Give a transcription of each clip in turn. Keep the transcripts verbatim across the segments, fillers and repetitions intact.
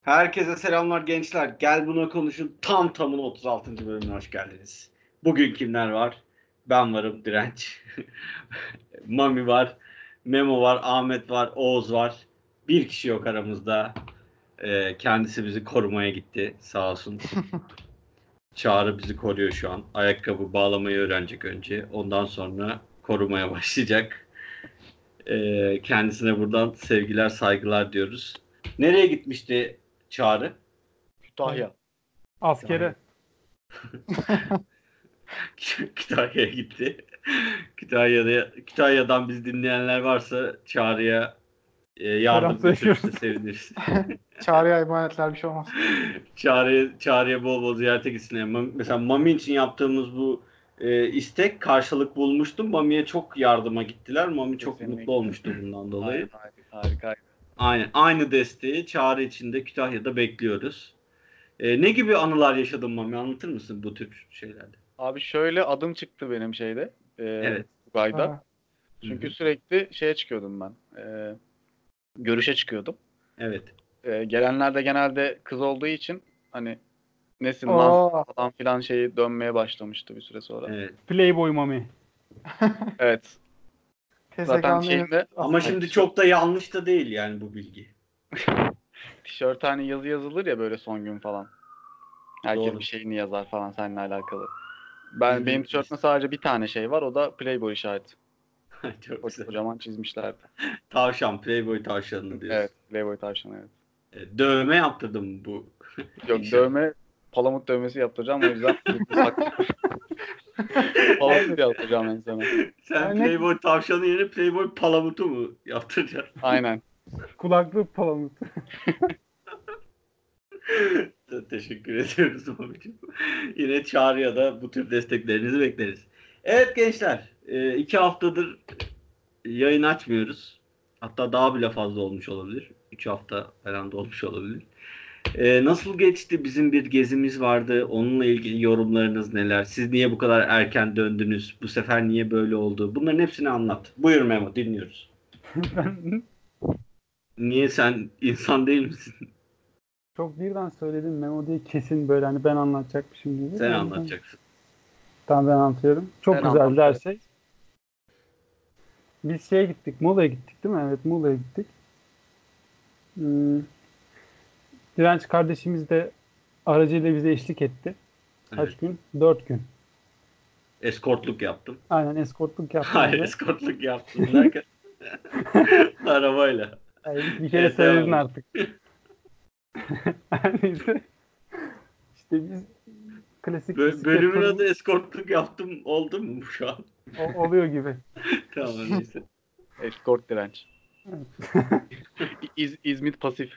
Herkese selamlar gençler. Gel buna konuşun. Tam tamına otuz altıncı bölümüne hoş geldiniz. Bugün kimler var? Ben varım, Direnç. Mami var. Memo var. Ahmet var. Oğuz var. Bir kişi yok aramızda. Ee, kendisi bizi korumaya gitti. Sağ olsun. Çağrı bizi koruyor şu an. Ayakkabı bağlamayı öğrenecek önce. Ondan sonra korumaya başlayacak. Ee, kendisine buradan sevgiler, saygılar diyoruz. Nereye gitmişti Çağrı? Kütahya. Askere. Kütahya'ya gitti. Kütahya'da Kütahya'dan biz dinleyenler varsa Çağrı'ya e, yardım Selam götürürse seviniriz. Çağrı'ya emanetler bir şey olmaz. Çağrı'ya Çağrı'ya bol bol ziyarete gitsin. Yani Mami- mesela Mami için yaptığımız bu e, istek karşılık bulmuştu. Mami'ye çok yardıma gittiler. Mami çok Kesinlikle. mutlu olmuştu bundan dolayı. Harika, harika. Aynen. Aynı desteği Çağrı için de Kütahya'da bekliyoruz. E, ne gibi anılar yaşadın Mami? Anlatır mısın bu tür şeylerde? Abi şöyle adım çıktı benim şeyde. E, Evet. Tugay'da. Ha. Çünkü Hı hı. sürekli şeye çıkıyordum ben. E, görüşe çıkıyordum. Evet. E, gelenler de genelde kız olduğu için hani nesin lan Oo, falan filan şeyi dönmeye başlamıştı bir süre sonra. Evet. Playboy Mami. Evet. Zaten T S K'nın şeyinde Ama Hayır, şimdi tişört- çok da yanlış da değil yani bu bilgi. tişörte hani yazı yazılır ya böyle son gün falan. Herkes Doğru. bir şeyini yazar falan seninle alakalı. Ben Biz- benim biz- tişörtümde sadece bir tane şey var. O da Playboy işareti. Çok güzel. Kocaman çizmişlerdi. Tavşan, Playboy tavşanını diyorsun. Evet, Playboy tavşanı evet. Evet, dövme yaptırdım bu. Yok İşte. dövme, palamut dövmesi yaptıracağım o yüzden palamut yaptıracağım en sona. Sen Yani ne- Playboy tavşanı yerine Playboy palamutu mu yaptıracaksın? Aynen. Kulaklık palamut. Teşekkür ediyoruz babacığım. Yine Çağrı'ya da bu tür desteklerinizi bekleriz. Evet gençler, e, iki haftadır yayın açmıyoruz. Hatta daha bile fazla olmuş olabilir. Üç hafta falan da olmuş olabilir. Ee, nasıl geçti? Bizim bir gezimiz vardı. Onunla ilgili yorumlarınız neler? Siz niye bu kadar erken döndünüz? Bu sefer niye böyle oldu? Bunların hepsini anlat. Buyur Memo, dinliyoruz. Ben Niye sen insan değil misin? çok birden söyledim Memo diye kesin böyle hani ben anlatacakmışım gibi. Sen O yüzden- anlatacaksın. Tamam ben anlatıyorum. Çok Sen güzeldi anlat, her evet. şey. Biz şeye gittik. Muğla'ya gittik değil mi? Evet Muğla'ya gittik. Hmm. Direnç kardeşimiz de aracıyla bize eşlik etti. Kaç Evet. gün? Dört gün. Eskortluk yaptım. Aynen eskortluk yaptı Hayır, bize. eskortluk yaptım derken arabayla. Hayır, bir kere Evet, söyledin devam. artık. Neyse. İşte biz klasik Bö- bisiklet bölümün turu adı eskortluk yaptım oldu mu şu an? o- oluyor gibi. Tamam neyse. Escort direnç. İz, İzmit pasif.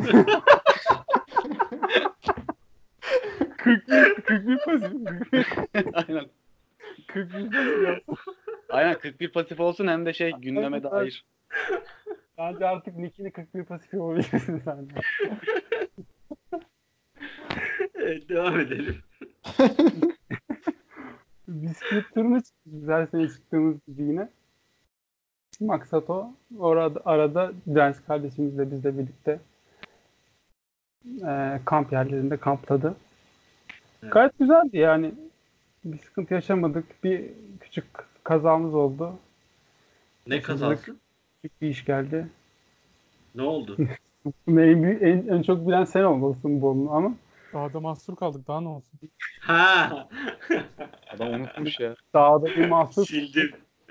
kırk bir, kırk bir pasif. Aynen. kırk bir pasif yaptım. Aynen kırk bir pasif olsun hem de şey gündeme Evet, dair. Bence artık nickini kırk bir pasif yapabilirsin sen de. Evet, devam edelim. Bisiklet turuna çıktık. Biz her sene çıktığımız gibi yine. Maksat o. Orada arada Direnç kardeşimizle bizle birlikte e, kamp yerlerinde kampladı. Evet. Gayet güzeldi yani. Bir sıkıntı yaşamadık. Bir küçük kazamız oldu. Ne kazası? Küçük bir iş geldi. Ne oldu? En, büyük- en, en çok bilen sen olmalısın bu onu ama Dağda mahsur kaldık. Daha ne olsun? Ha. Adam unutmuş ya. dağda bir mahsur. Sildim.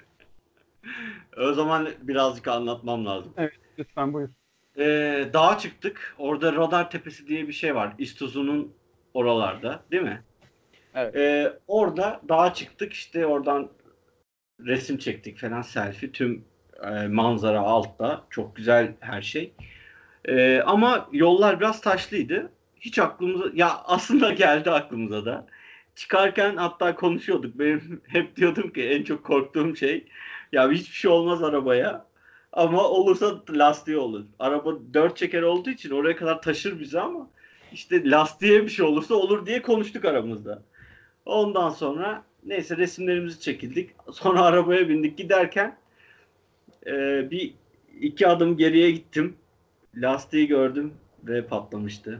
O zaman birazcık anlatmam lazım. Evet lütfen buyur. Ee, dağa çıktık. Orada Radar Tepesi diye bir şey var. İztuzu'nun oralarda, değil mi? Evet. Ee, orada dağa çıktık. İşte oradan resim çektik falan, selfie. Tüm e, manzara altta. Çok güzel her şey. Ee, ama yollar biraz taşlıydı. Hiç aklımıza, ya aslında geldi aklımıza da. Çıkarken hatta konuşuyorduk. Benim hep diyordum ki en çok korktuğum şey, ya hiçbir şey olmaz arabaya. Ama olursa lastiği olur. Araba dört çeker olduğu için oraya kadar taşır bizi ama işte lastiğe bir şey olursa olur diye konuştuk aramızda. Ondan sonra neyse resimlerimizi çekildik. Sonra arabaya bindik, giderken e, bir iki adım geriye gittim. Lastiği gördüm. ve patlamıştı.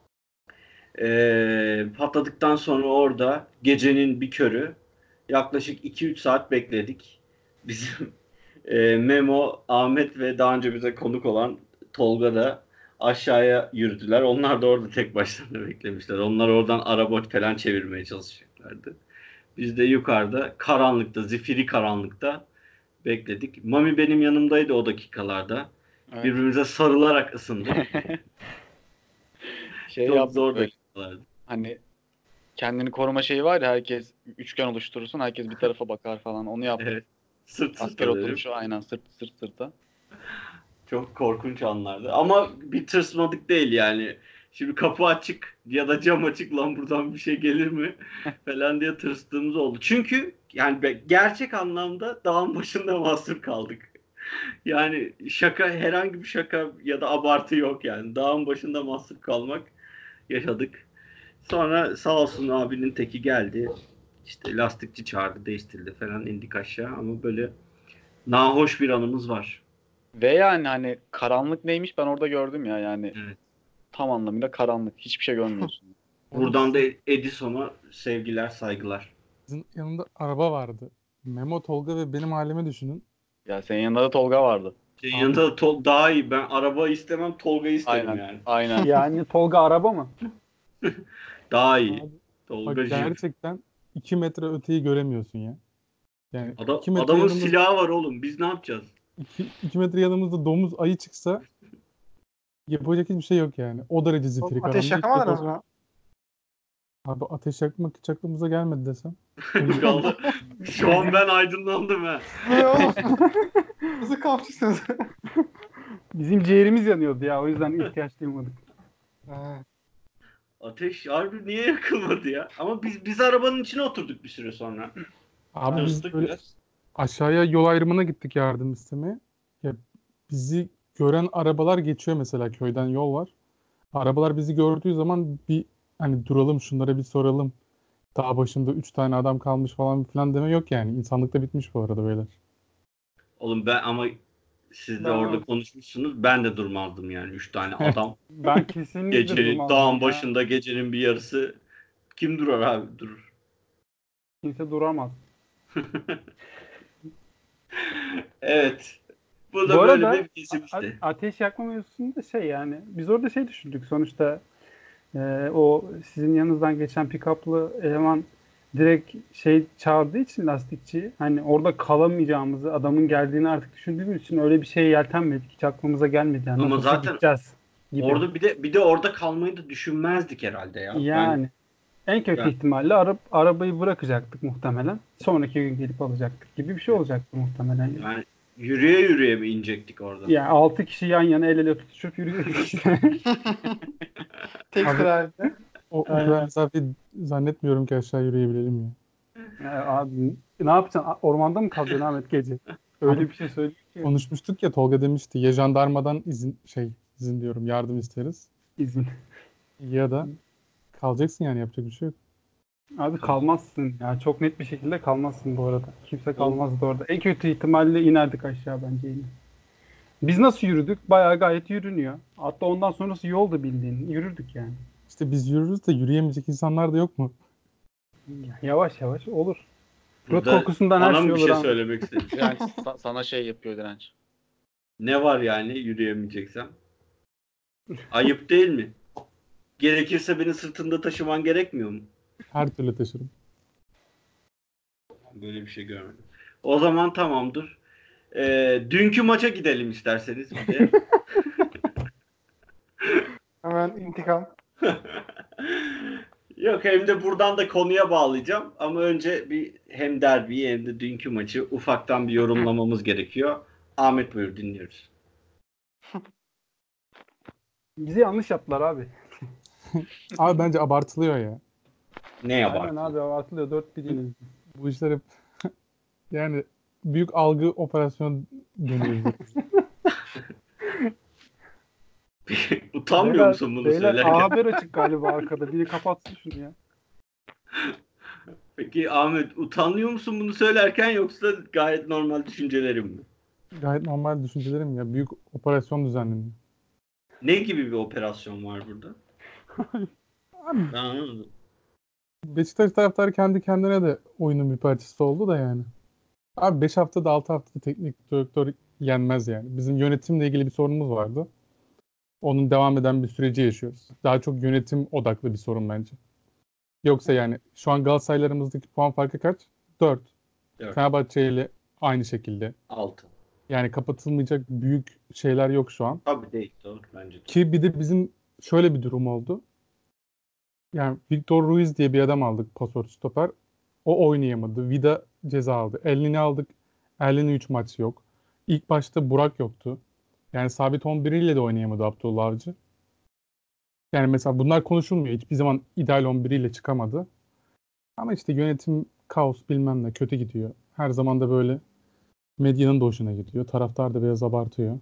Ee, patladıktan sonra orada gecenin bir körü yaklaşık iki üç saat bekledik. Bizim e, Memo, Ahmet ve daha önce bize konuk olan Tolga da aşağıya yürüdüler. Onlar da orada tek başlarına beklemişler. Onlar oradan araba falan çevirmeye çalışacaklardı. Biz de yukarıda karanlıkta, zifiri karanlıkta bekledik. Mami benim yanımdaydı o dakikalarda. Evet. Birbirimize sarılarak ısındık. Şey Çok yaptık zor böyle. dakikalardı. Hani kendini koruma şeyi var ya, herkes üçgen oluşturursun, herkes bir tarafa bakar falan. Onu yaptık. Evet. Sırt Asker sırta dedim. oturuşu aynen, sırt sırt sırta. Çok korkunç anlardı. Ama bir tırsmadık değil yani. Şimdi kapı açık ya da cam açık, lan buradan bir şey gelir mi falan diye tırstığımız oldu. Çünkü yani be- gerçek anlamda dağın başında mahsur kaldık. Yani şaka, herhangi bir şaka ya da abartı yok yani. Dağın başında mahsur kalmak yaşadık. Sonra sağ olsun abinin teki geldi. İşte lastikçi çağırdı, değiştirdi falan, indik aşağı, ama böyle nahoş bir anımız var. Ve yani hani karanlık neymiş ben orada gördüm ya yani. Evet. Tam anlamıyla karanlık. Hiçbir şey görmüyorsun. Buradan da Edison'a sevgiler, saygılar. Sizin yanında araba vardı. Memo, Tolga ve benim halimi düşünün. Ya senin yanında da Tolga vardı. Senin yanında da Tol- daha iyi. Ben araba istemem, Tolga'yı isterim Aynen. yani. Aynen. Yani Tolga araba mı? Daha iyi. Abi, bak Tolga jip. gerçekten iki metre öteyi göremiyorsun ya. Yani Ada- iki metre adamın yanımız, silahı var oğlum. Biz ne yapacağız? iki, iki metre yanımızda domuz ayı çıksa yapacak hiçbir şey yok yani. O derece zifiri Oğlum, ateş karanlık. yakamadınız mı? Abi ateş yakmak hiç aklımıza gelmedi desem. Kaldı. Şu an ben aydınlandım ha. Ne oğlum? Nasıl kampçısınız? Bizim ciğerimiz yanıyordu ya. O yüzden ihtiyaç duymadık. Ha. Ateş harbi niye yakılmadı ya? Ama biz biz arabanın içine oturduk bir süre sonra. Abi biz Tırstık böyle biraz. aşağıya yol ayrımına gittik yardım istemeye. Ya bizi gören arabalar geçiyor, mesela köyden yol var. Arabalar bizi gördüğü zaman bir hani duralım, şunlara bir soralım. Dağ başında üç tane adam kalmış falan filan deme yok yani. İnsanlıkta bitmiş bu arada beyler. Oğlum ben ama siz de Ben- orada konuşmuşsunuz. Ben de durmazdım yani. Üç tane adam. Ben kesinlikle Gecenin, durmazdım dağın ya. başında gecenin bir yarısı. Kim durar abi? Durur. Kimse duramaz. Evet. Bu Bu da böyle arada bir kesim işte. a- ateş yakma mevzusunda şey yani biz orada şey düşündük sonuçta e, o sizin yanınızdan geçen pick-up'lı eleman direkt şey çağırdığı için lastikçi, hani orada kalamayacağımızı, adamın geldiğini artık düşündüğümüz için öyle bir şeye yeltenmedik. Hiç aklımıza gelmedi yani. Ama Nasıl olsa zaten gideceğiz gibi. Orada bir de bir de orada kalmayı da düşünmezdik herhalde ya. Yani en kötü Ben- ihtimalle ara, arabayı bırakacaktık muhtemelen. Sonraki gün gelip alacaktık gibi bir şey olacaktı muhtemelen. Ben, yani yürüye yürüye mi inecektik oradan? Yani altı kişi yan yana el ele tutuşup yürüyecektik. Tek Abi- halde. O, o Aynen. kadar mesafeyi zannetmiyorum ki aşağı yürüyebilelim ya. Ya abi ne yapacaksın? Ormanda mı kalacaksın Ahmet gece? Öyle Abi- bir şey söylüyor ki. Konuşmuştuk ya, Tolga demişti ya jandarmadan izin şey izin diyorum yardım isteriz İzin. ya da kalacaksın, yani yapacak bir şey yok. Abi kalmazsın ya. Çok net bir şekilde kalmazsın bu arada. Kimse kalmazdı orada. En kötü ihtimalle inerdik aşağı bence yine. Biz nasıl yürüdük? Bayağı gayet yürünüyor. Hatta ondan sonrası yoldu bildiğin. Yürürdük yani. İşte biz yürürüz de yürüyemeyecek insanlar da yok mu? Yavaş yavaş olur. Rot Burada korkusundan her bana şey mı bir olur şey abi. söylemek istedim. Direnç sa- sana şey yapıyor Direnç. Ne var yani yürüyemeyeceksem? Ayıp değil mi? Gerekirse beni sırtında taşıman gerekmiyor mu? Her türlü taşırım. Böyle bir şey görmedim. O zaman tamamdır. Ee, dünkü maça gidelim isterseniz bir de. Hemen intikam. Yok, hem de buradan da konuya bağlayacağım. Ama önce bir hem derbiyi hem de dünkü maçı ufaktan bir yorumlamamız gerekiyor. Ahmet buyur, dinliyoruz. Bizi yanlış yaptılar abi. Abi bence abartılıyor ya. Ne Aynen yapar? abi abartılıyor. dört bir yenildik. Bu işler hep yani büyük algı operasyon dönüyor. Utanmıyor Beyler- musun bunu beyler, söylerken? A haber açık galiba arkada. Biri kapatsın şunu ya. Peki Ahmet, utanıyor musun bunu söylerken, yoksa gayet normal düşüncelerim mi? Gayet normal düşüncelerim ya. Büyük operasyon düzenleniyor. Ne gibi bir operasyon var burada? Abi, Ben anlamadım. Beşiktaş taraftarı kendi kendine de oyunun bir parçası oldu da yani. Abi beş haftada altı haftada teknik direktör yenmez yani. Bizim yönetimle ilgili bir sorunumuz vardı. Onun devam eden bir süreci yaşıyoruz. Daha çok yönetim odaklı bir sorun bence. Yoksa yani şu an Galatasaray'larımızdaki puan farkı kaç? Dört. Dört. Fenerbahçe ile aynı şekilde. Altı. Yani kapatılmayacak büyük şeyler yok şu an. Tabii değil. Doğru bence de. Ki bir de bizim şöyle bir durum oldu. Yani Victor Ruiz diye bir adam aldık, pasör stoper. O oynayamadı. Vida ceza aldı. Elneni aldık. Elneni üç maç yok. İlk başta Burak yoktu. Yani sabit on bir ile de oynayamadı Abdullah Avcı. Yani mesela bunlar konuşulmuyor. Hiçbir zaman ideal on bir ile çıkamadı. Ama işte yönetim kaos bilmem ne kötü gidiyor. Her zaman da böyle medyanın da hoşuna gidiyor. Taraftar da biraz abartıyor.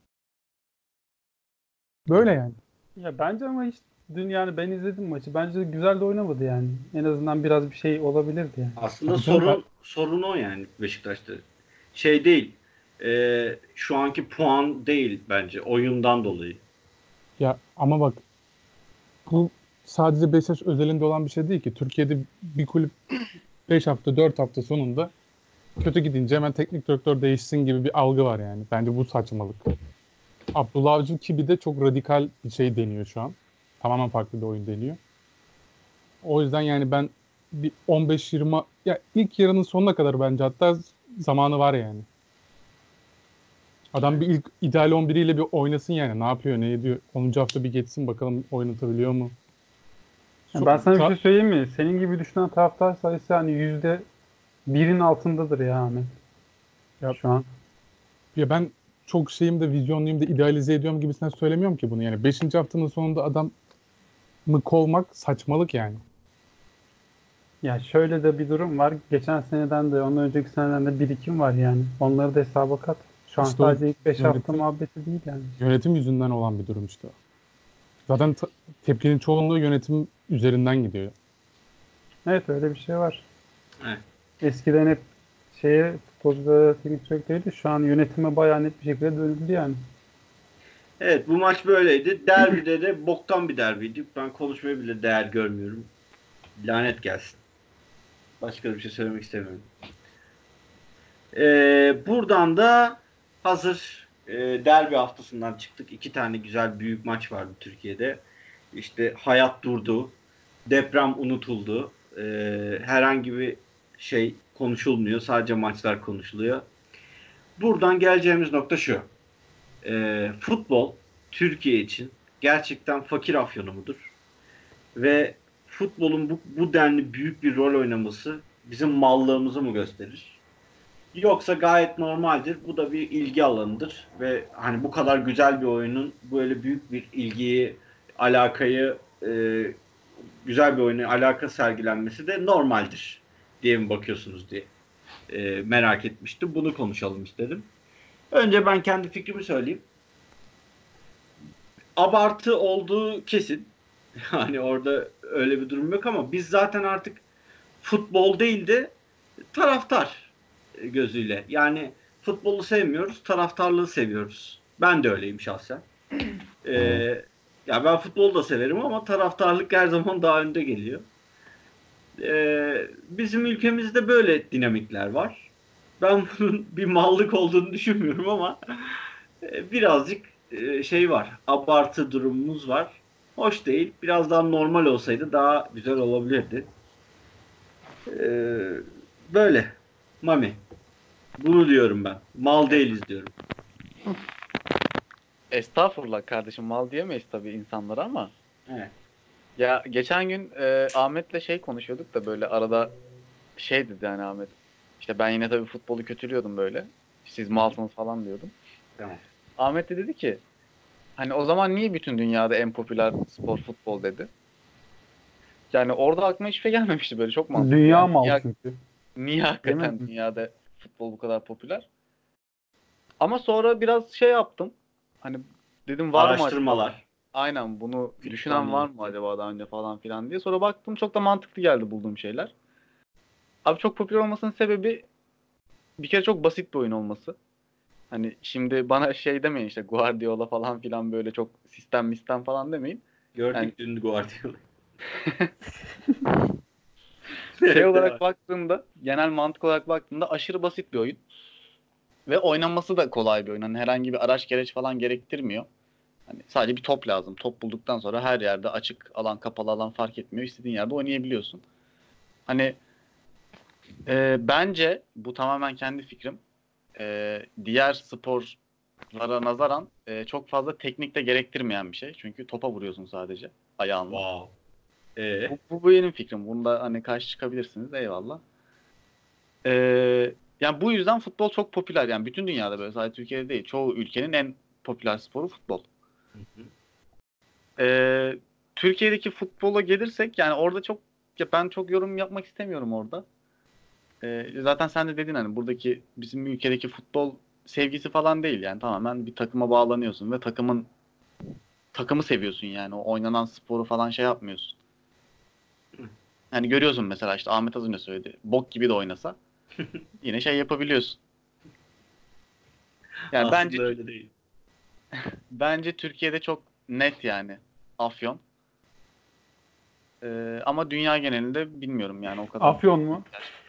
Böyle yani. Ya bence ama hiç dün yani ben izledim maçı. Bence güzel de oynamadı yani. En azından biraz bir şey olabilirdi yani. Aslında Tabii canım, sorun sorun o yani Beşiktaş'ta. Şey değil. E, şu anki puan değil bence. Oyundan dolayı. Ya ama bak bu sadece Beşiktaş özelinde olan bir şey değil ki. Türkiye'de bir kulüp beş hafta dört hafta sonunda kötü gidince hemen teknik direktör değişsin gibi bir algı var yani. Bence bu saçmalık. Abdullah Avcı ki bir de çok radikal bir şey deniyor şu an. Tamamen farklı bir oyun deniyor. O yüzden yani ben bir on beş yirmi ya ilk yarının sonuna kadar bence hatta zamanı var yani. Adam bir ilk ideal on bir ile bir oynasın yani. Ne yapıyor, ne ediyor? onuncu hafta bir geçsin bakalım oynatabiliyor mu? Ya ben sana bir Sa- şey söyleyeyim mi? Senin gibi düşünen taraftar sayısı hani yüzde birin altındadır ya Ahmet. Ya- Şu an. Ya ben çok şeyim de vizyonluyum da idealize ediyorum gibisinden söylemiyorum ki bunu. Yani beşinci haftanın sonunda adamı kovmak saçmalık yani. Ya şöyle de bir durum var. Geçen seneden de ondan önceki seneden de birikim var yani. Onları da hesaba kat. Şu an İşte o sadece ilk beş hafta yönetim, muhabbeti değil yani. yönetim yüzünden olan bir durum işte. Zaten ta- tepkinin çoğunluğu yönetim üzerinden gidiyor. Evet öyle bir şey var. Evet. Eskiden hep şeye futbolculara teknik direktörüydü. Şu an yönetime bayağı net bir şekilde dönüldü yani. Evet bu maç böyleydi. Derbide de boktan bir derbiydi. Ben konuşmaya bile değer görmüyorum. Lanet gelsin. Başka bir şey söylemek istemiyorum. Ee, buradan da hazır e, derbi haftasından çıktık. İki tane güzel büyük maç vardı Türkiye'de. İşte hayat durdu. Deprem unutuldu. Ee, herhangi bir şey konuşulmuyor. Sadece maçlar konuşuluyor. Buradan geleceğimiz nokta şu. Ee, futbol Türkiye için gerçekten fakir afyonu mudur? Ve futbolun bu, bu denli büyük bir rol oynaması bizim mallığımızı mı gösterir? Yoksa gayet normaldir. Bu da bir ilgi alanıdır. Ve hani bu kadar güzel bir oyunun böyle büyük bir ilgiyi, alakayı, e, güzel bir oyuna alaka sergilenmesi de normaldir diye mi bakıyorsunuz diye e, merak etmiştim. Bunu konuşalım istedim. Önce ben kendi fikrimi söyleyeyim. Abartı olduğu kesin. Yani orada öyle bir durum yok ama biz zaten artık futbol değil de taraftar gözüyle. Yani futbolu sevmiyoruz, taraftarlığı seviyoruz. Ben de öyleyim şahsen. Ee, ya ben futbolu da severim ama taraftarlık her zaman daha önde geliyor. Ee, bizim ülkemizde böyle dinamikler var. Ben bunun bir mallık olduğunu düşünmüyorum ama e, birazcık e, şey var. Abartı durumumuz var. Hoş değil. Biraz daha normal olsaydı daha güzel olabilirdi. Ee, böyle. Mami. Bunu diyorum ben. Mal değiliz diyorum. Estağfurullah kardeşim, mal diyemeyiz tabii insanlara ama Evet. ya geçen gün e, Ahmet'le şey konuşuyorduk da böyle arada şey dedi yani Ahmet. İşte ben yine tabii futbolu kötülüyordum böyle. Siz malsınız falan diyordum. Tamam. Ahmet de dedi ki hani o zaman niye bütün dünyada en popüler spor futbol dedi. Yani orada aklıma hiçbir şey gelmemişti, böyle çok mantıklı. Dünya Yani mal niye, çünkü. niye Değil mi? hakikaten dünyada futbol bu kadar popüler? Ama sonra biraz şey yaptım. Hani dedim var mı acaba? Araştırmalar. Aynen, bunu düşünen Tamam. var mı acaba daha önce falan filan diye. Sonra baktım çok da mantıklı geldi bulduğum şeyler. Abi çok popüler olmasının sebebi bir kere çok basit bir oyun olması. Hani şimdi bana şey demeyin işte Guardiola falan filan böyle çok sistem mistem falan demeyin. Gördük Yani- dün Guardiola. Şey Evet, olarak devam. baktığımda, genel mantık olarak baktığımda aşırı basit bir oyun. Ve oynanması da kolay bir oyun. Hani herhangi bir araç gereç falan gerektirmiyor. Hani sadece bir top lazım. Top bulduktan sonra her yerde açık alan, kapalı alan fark etmiyor. İstediğin yerde oynayabiliyorsun. Hani e, bence bu tamamen kendi fikrim. E, diğer sporlara nazaran e, çok fazla teknik de gerektirmeyen bir şey. Çünkü topa vuruyorsun sadece ayağınla. Wow. Ee, Bu, bu, bu benim fikrim. Bunda hani karşı çıkabilirsiniz. Eyvallah. Ee, yani bu yüzden futbol çok popüler. Yani bütün dünyada böyle, sadece Türkiye'de değil. Çoğu ülkenin en popüler sporu futbol. hı hı. Ee, Türkiye'deki futbola gelirsek yani orada çok, ya ben çok yorum yapmak istemiyorum orada. Ee, zaten sen de dedin hani buradaki bizim ülkedeki futbol sevgisi falan değil yani, tamamen bir takıma bağlanıyorsun ve takımın takımı seviyorsun yani, o oynanan sporu falan şey yapmıyorsun. Yani görüyorsun mesela işte Ahmet az önce söyledi. Bok gibi de oynasa yine şey yapabiliyorsun. Yani Aslında bence öyle değil. bence Türkiye'de çok net yani Afyon. Ee, ama dünya genelinde bilmiyorum yani o kadar. Afyon mu?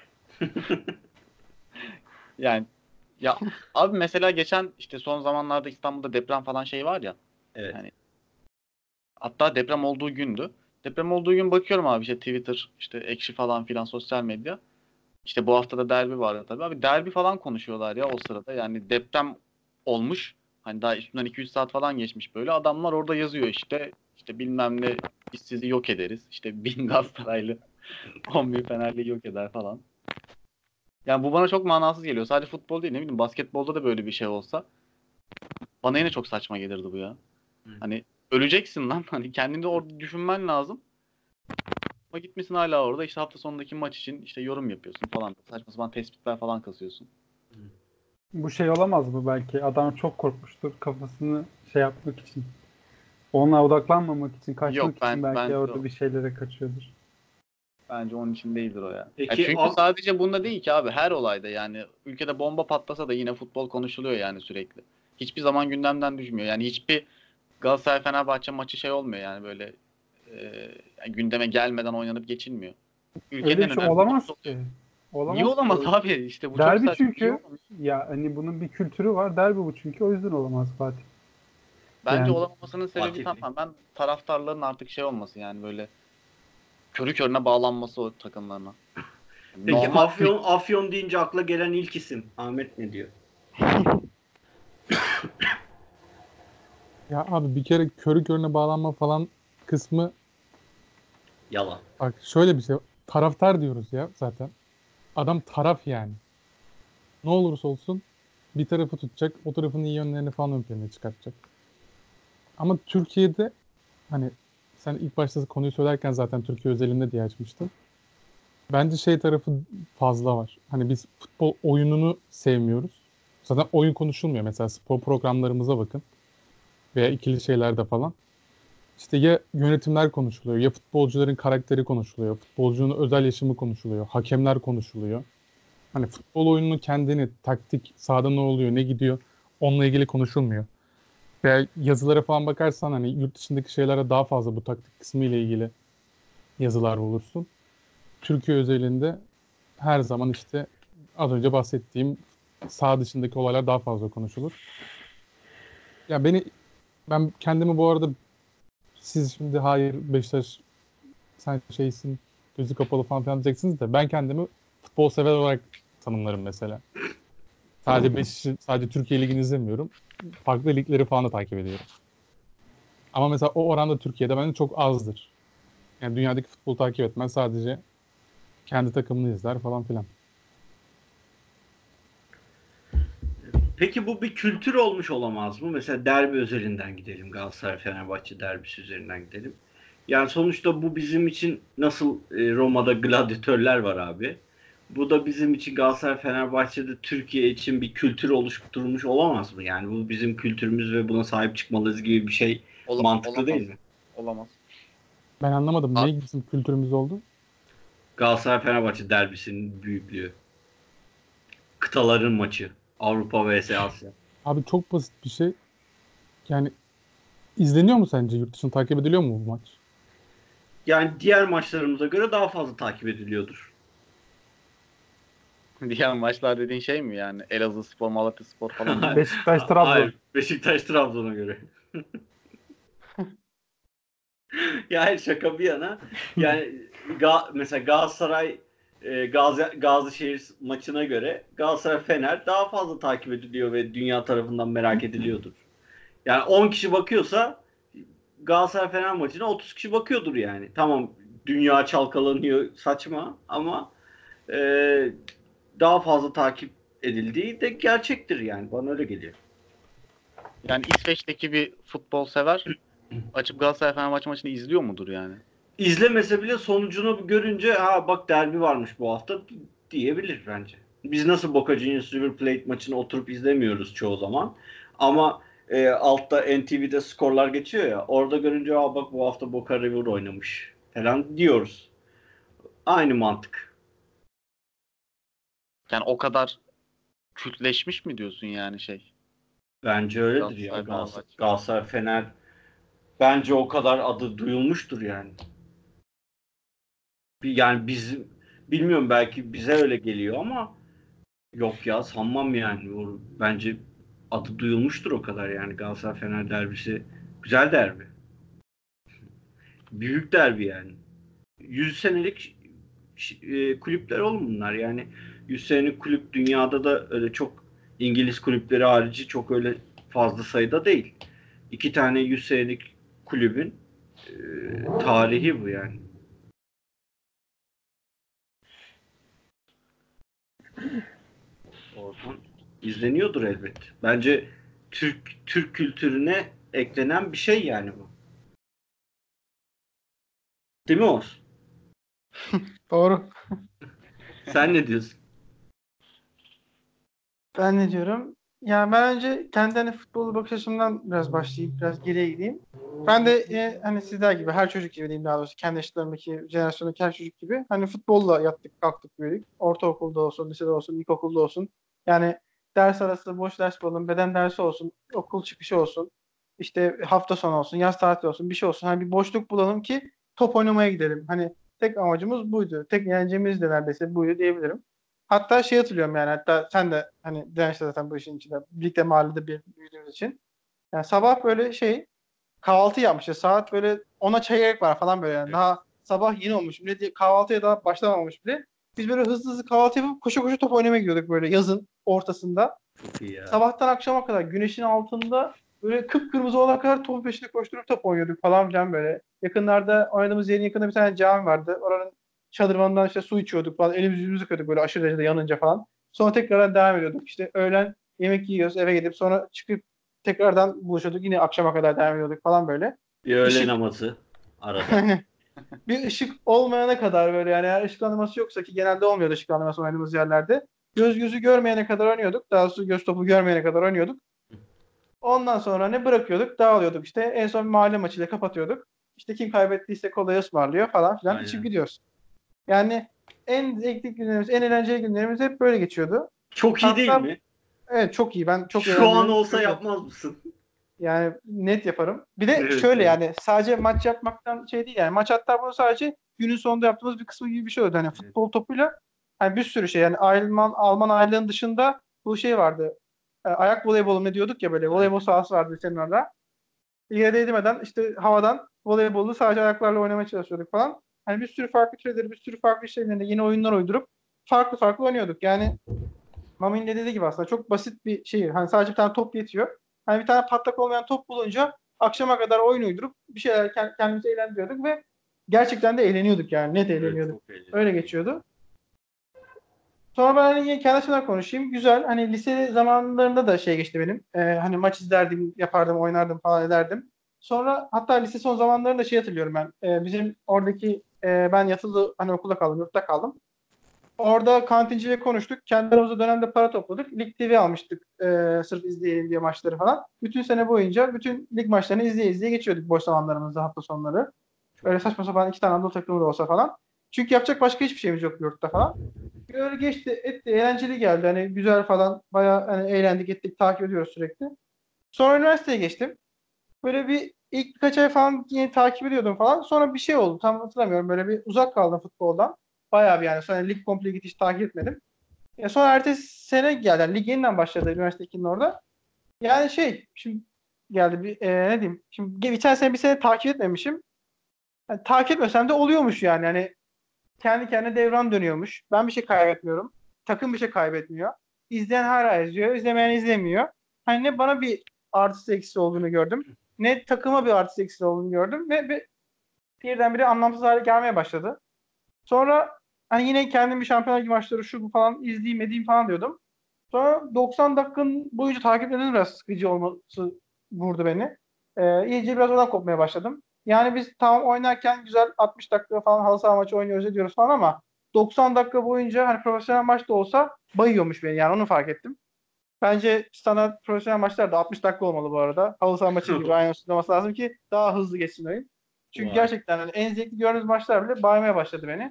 Yani ya abi mesela geçen işte son zamanlarda İstanbul'da deprem falan şey var ya. Evet. Yani hatta deprem olduğu gündü. Deprem olduğu gün bakıyorum abi işte Twitter, işte Ekşi falan filan, sosyal medya. İşte bu hafta da derbi vardı tabii. Abi derbi falan konuşuyorlar ya o sırada. Yani deprem olmuş. Hani daha üstünden iki yüz saat falan geçmiş böyle. Adamlar orada yazıyor işte. İşte bilmem ne, biz sizi yok ederiz. İşte bin Galatasaraylı on bin Fenerli yok eder falan. Yani bu bana çok manasız geliyor. Sadece futbol değil, ne bileyim basketbolda da böyle bir şey olsa bana yine çok saçma gelirdi bu ya. Hı. Hani öleceksin lan. Hani kendini de orada düşünmen lazım. Ama gitmesin hala orada işte hafta sonundaki maç için işte yorum yapıyorsun falan. Saçma sapan tespitler falan kasıyorsun. Bu şey olamaz mı belki? Adam çok korkmuştur kafasını şey yapmak için. Ona odaklanmamak için, Yok kaçmak için ben belki ben orada bir şeylere kaçıyordur. bence onun için değildir o ya. Ya Peki çünkü Af- sadece bunda değil ki abi, her olayda yani ülkede bomba patlasa da yine futbol konuşuluyor yani sürekli. Hiçbir zaman gündemden düşmüyor. Yani hiçbir Galatasaray Fenerbahçe maçı şey olmuyor yani böyle e, yani gündeme gelmeden oynanıp geçilmiyor. Ülkenin Öyle bir en şey önemli olamaz maçı oluyor. ki. Niye Olamaz ki. olamaz O- abi? İşte bu çok Derbi saçma. Niye çünkü olamaz? ya hani bunun bir kültürü var. Derbi bu çünkü. O yüzden olamaz Fatih. Bence Yani olamamasının sebebi Fatih Bey. tamamen taraftarların artık şey olması yani böyle körü körüne bağlanması o takımlarına. Peki Normal değil. Afyon Afyon deyince akla gelen ilk isim Ahmet ne diyor? Ya abi bir kere körü körüne bağlanma falan kısmı, Yalan. bak şöyle bir şey. Taraftar diyoruz ya zaten. Adam taraf yani. Ne olursa olsun bir tarafı tutacak. O tarafın iyi yönlerini falan ön plana çıkartacak. Ama Türkiye'de hani sen ilk başta konuyu söylerken zaten Türkiye özelinde diye açmıştın. Bence şey tarafı fazla var. Hani biz futbol oyununu sevmiyoruz. Zaten oyun konuşulmuyor. Mesela spor programlarımıza bakın. Veya ikili şeylerde falan. İşte ya yönetimler konuşuluyor, ya futbolcuların karakteri konuşuluyor, futbolcunun özel yaşamı konuşuluyor, hakemler konuşuluyor. Hani futbol oyununu kendini, taktik, sahada ne oluyor, ne gidiyor, onunla ilgili konuşulmuyor. Veya yazılara falan bakarsan hani yurt dışındaki şeylere daha fazla bu taktik kısmı ile ilgili yazılar bulursun. Türkiye özelinde her zaman işte az önce bahsettiğim saha dışındaki olaylar daha fazla konuşulur. Ya beni ben kendimi bu arada, siz şimdi hayır Beşiktaş sen şeysin, gözü kapalı falan filan diyeceksiniz de ben kendimi futbol sever olarak tanımlarım mesela. Sadece Beşiktaş, sadece Türkiye Ligi'ni izlemiyorum. Farklı ligleri falan da takip ediyorum. Ama mesela o oranda Türkiye'de bence çok azdır. Yani dünyadaki futbolu takip etmez, sadece kendi takımını izler falan filan. Peki bu bir kültür olmuş olamaz mı? Mesela derbi özelinden gidelim. Galatasaray Fenerbahçe derbisi üzerinden gidelim. Yani sonuçta bu bizim için nasıl e, Roma'da gladyatörler var abi. Bu da bizim için Galatasaray Fenerbahçe'de Türkiye için bir kültür oluşturmuş olamaz mı? Yani bu bizim kültürümüz ve buna sahip çıkmalıyız gibi bir şey Ola- mantıklı olamaz. değil mi? Olamaz. Ben anlamadım. A- Ne bizim kültürümüz oldu? Galatasaray Fenerbahçe derbisinin büyüklüğü. Kıtaların maçı. Avrupa vs Asya. Abi çok basit bir şey. Yani izleniyor mu sence? Yurt dışında takip ediliyor mu bu maç? Yani diğer maçlarımıza göre daha fazla takip ediliyordur. Diğer maçlar dediğin şey mi yani? Elazığspor, Malatyaspor falan mı? Beşiktaş, Ha- Trabzon. Hayır. Beşiktaş Trabzon'a göre. Yani şaka bir yana. Yani Ga- mesela Galatasaray e, Gazi Gazişehir maçına göre Galatasaray Fener daha fazla takip ediliyor ve dünya tarafından merak ediliyordur. Yani on kişi bakıyorsa Galatasaray Fener maçına otuz kişi bakıyordur yani. Tamam, dünya çalkalanıyor, saçma ama e, daha fazla takip edildiği de gerçektir yani. Bana öyle geliyor. Yani İsveç'teki bir futbol sever açıp Galatasaray Fenerbahçe maçını izliyor mudur yani? İzlemese bile sonucunu görünce ha bak derbi varmış bu hafta diyebilir bence. Biz nasıl Boca Juniors River Plate maçını oturup izlemiyoruz çoğu zaman. Ama e, altta N T V'de skorlar geçiyor ya. Orada görünce ha bak bu hafta Boca River oynamış falan diyoruz. Aynı mantık. Yani o kadar kültleşmiş mi diyorsun yani şey? Bence öyledir ya. Galatasaray Galatasaray, Fenerbahçe. Galatasaray Fener bence o kadar adı duyulmuştur yani. Bir- Yani bizim bilmiyorum, belki bize öyle geliyor ama yok ya, sanmam yani. O, bence adı duyulmuştur o kadar yani. Galatasaray Fener derbisi güzel derbi. Büyük derbi yani. yüz senelik ş- e, kulüpler oğlum bunlar yani. yüz senelik kulüp dünyada da öyle çok, İngiliz kulüpleri harici çok öyle fazla sayıda değil. İki tane yüz senelik kulübün e, tarihi bu yani. Oradan izleniyordur elbet. Bence Türk Türk kültürüne eklenen bir şey yani bu. Değil mi Oğuz? Doğru. Sen ne diyorsun? Ben ne diyorum? Yani ben önce kendi hani futbolu bakış açımdan biraz başlayayım, biraz geriye gideyim. Ben de e, hani sizler gibi, her çocuk gibi diyeyim daha doğrusu, kendi yaşlarındaki jenerasyondaki her çocuk gibi hani futbolla yattık, kalktık, büyüdük. Ortaokulda olsun, lisede olsun, ilkokulda olsun. Yani ders arası boş ders bulalım, beden dersi olsun, okul çıkışı olsun, işte hafta sonu olsun, yaz tatili olsun, bir şey olsun. Hani bir boşluk bulalım ki top oynamaya gidelim. Hani tek amacımız buydu. Tek eğlencemiz de neredeyse buydu diyebilirim. Hatta şey hatırlıyorum yani, hatta sen de hani dirençte zaten bu işin içinde birlikte mahallede bir büyüdüğümüz için. Yani sabah böyle şey kahvaltı yapmışız. Saat böyle ona çeyrek var falan böyle yani. Evet. Daha sabah yeni olmuş bile diye, kahvaltıya daha başlamamış bile. Biz böyle hızlı hızlı kahvaltı yapıp koşa koşa top oynamaya gidiyorduk böyle yazın ortasında. Çok iyi ya. Sabahtan akşama kadar güneşin altında böyle kıpkırmızı olana kadar topun peşinde koşturup top oynuyorduk falan filan böyle. Yakınlarda oynadığımız yerin yakında bir tane cami vardı. Oranın şadırvanından işte su içiyorduk falan. Elimizi yüzümüzü yıkıyorduk böyle aşırı derecede yanınca falan. Sonra tekrardan devam ediyorduk. İşte öğlen yemek yiyoruz, eve gidip sonra çıkıp tekrardan buluşuyorduk. Yine akşama kadar devam ediyorduk falan böyle. Bir öğle Işık namazı arada. bir ışık olmayana kadar böyle yani, eğer ışıklandırması yoksa, ki genelde olmuyordu ışıklandırması oynadığımız yerlerde. Göz gözü görmeyene kadar oynuyorduk. Daha doğrusu göz topu görmeyene kadar oynuyorduk. Ondan sonra ne bırakıyorduk? Dağılıyorduk işte. En son mahalle maçıyla kapatıyorduk. İşte kim kaybettiyse kolayı ısmarlıyor falan filan. Aynen. İçip gidiyoruz. Yani en zevkli günlerimiz, en eğlenceli günlerimiz hep böyle geçiyordu. Çok iyi değil Hatta mi? evet, çok iyi. Ben çok Şu an eğlendiğimi olsa düşünüyorum. yapmaz mısın? Yani net yaparım. Bir de Evet, şöyle evet. yani, sadece maç yapmaktan şey değil yani, maç hatta bunu sadece günün sonunda yaptığımız bir kısmı gibi bir şey oldu. Hani futbol topuyla hani bir sürü şey yani, Alman Alman aylığın dışında bu şey vardı. E, ayak voleybolu ne diyorduk ya, böyle voleybol sahası vardı senin orada. Yere değdirmeden işte havadan voleybolu sadece ayaklarla oynamaya çalışıyorduk falan. Hani bir sürü farklı türleri, bir sürü farklı şeylerinde yeni oyunlar uydurup farklı farklı oynuyorduk. Yani Mami'nin de dediği gibi aslında çok basit bir şey. Hani sadece bir tane top yetiyor. Hani bir tane patlak olmayan top bulunca akşama kadar oyun uydurup bir şeyler kendimizi eğlendiriyorduk ve gerçekten de eğleniyorduk yani. Net Evet, eğleniyorduk. çok eğlenceli. Öyle geçiyordu. Sonra ben hani yine kendi açımdan konuşayım. Güzel. Hani lise zamanlarında da şey geçti benim. Ee, hani maç izlerdim, yapardım, oynardım falan ederdim. Sonra hatta lise son zamanlarında şey hatırlıyorum ben. Ee, bizim oradaki e, ben yatılı hani okulda kaldım, yurtta kaldım. Orada kantinciyle konuştuk. Kendi aramızda dönemde para topladık. Lig T V almıştık e, sırf izleyelim diye maçları falan. Bütün sene boyunca bütün lig maçlarını izleye izleye geçiyorduk boş zamanlarımızda, hafta sonları. Öyle saçma sapan iki tane Anadolu takımı da olsa falan. Çünkü yapacak başka hiçbir şeyimiz yok yurtta falan. Öyle geçti, etti, eğlenceli geldi. Hani güzel falan, bayağı hani eğlendik, ettik, takip ediyoruz sürekli. Sonra üniversiteye geçtim. Böyle bir ilk birkaç ay falan yine takip ediyordum falan. Sonra bir şey oldu. Tam hatırlamıyorum. Böyle bir uzak kaldım futboldan. Bayağı bir yani. Sonra lig komple git hiç takip etmedim. Ya sonra ertesi sene geldi. Yani lig yeniden başladı üniversite ikinin orada. Yani şey şimdi geldi bir e, ne diyeyim. Şimdi geçen sene bir sene takip etmemişim. Yani takip etmesem de oluyormuş yani. Yani kendi kendine devran dönüyormuş. Ben bir şey kaybetmiyorum. Takım bir şey kaybetmiyor. İzleyen hala izliyor. İzlemeyen izlemiyor. Hani ne bana bir artısı eksi olduğunu gördüm. Ne takıma bir artısı eksi olduğunu gördüm. Ve bir, birdenbire anlamsız hale gelmeye başladı. Sonra hani yine kendim bir Şampiyonlar Ligi maçları şu bu falan izleyeyim edeyim falan diyordum. Sonra doksan dakikanın boyunca takip eden biraz sıkıcı olması vurdu beni. Ee, iyice biraz oradan kopmaya başladım. Yani biz tamam oynarken güzel altmış dakika falan halı saha maçı oynuyoruz ediyoruz falan ama doksan dakika boyunca hani profesyonel maç da olsa bayıyormuş beni, yani onu fark ettim. Bence standart profesyonel maçlar da altmış dakika olmalı bu arada. Halı saha maçı gibi aynı olması lazım ki daha hızlı geçsin oyun. Çünkü Vay. gerçekten hani en zevkli gördüğümüz maçlar bile baymaya başladı beni.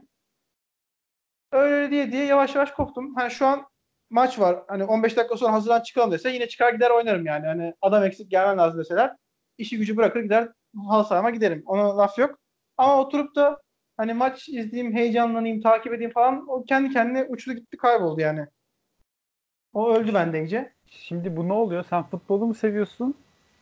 Öyle diye diye yavaş yavaş koptum. Hani şu an maç var. Hani on beş dakika sonra hazırlan çıkalım dese yine çıkar gider oynarım yani. Hani adam eksik gelmem lazım deseler işi gücü bırakır gider halı sahama giderim. Ona laf yok. Ama oturup da hani maç izleyeyim, heyecanlanayım, takip edeyim falan o kendi kendine uçtu gitti kayboldu yani. O öldü bende iyice. Şimdi bu ne oluyor? Sen futbolu mu seviyorsun?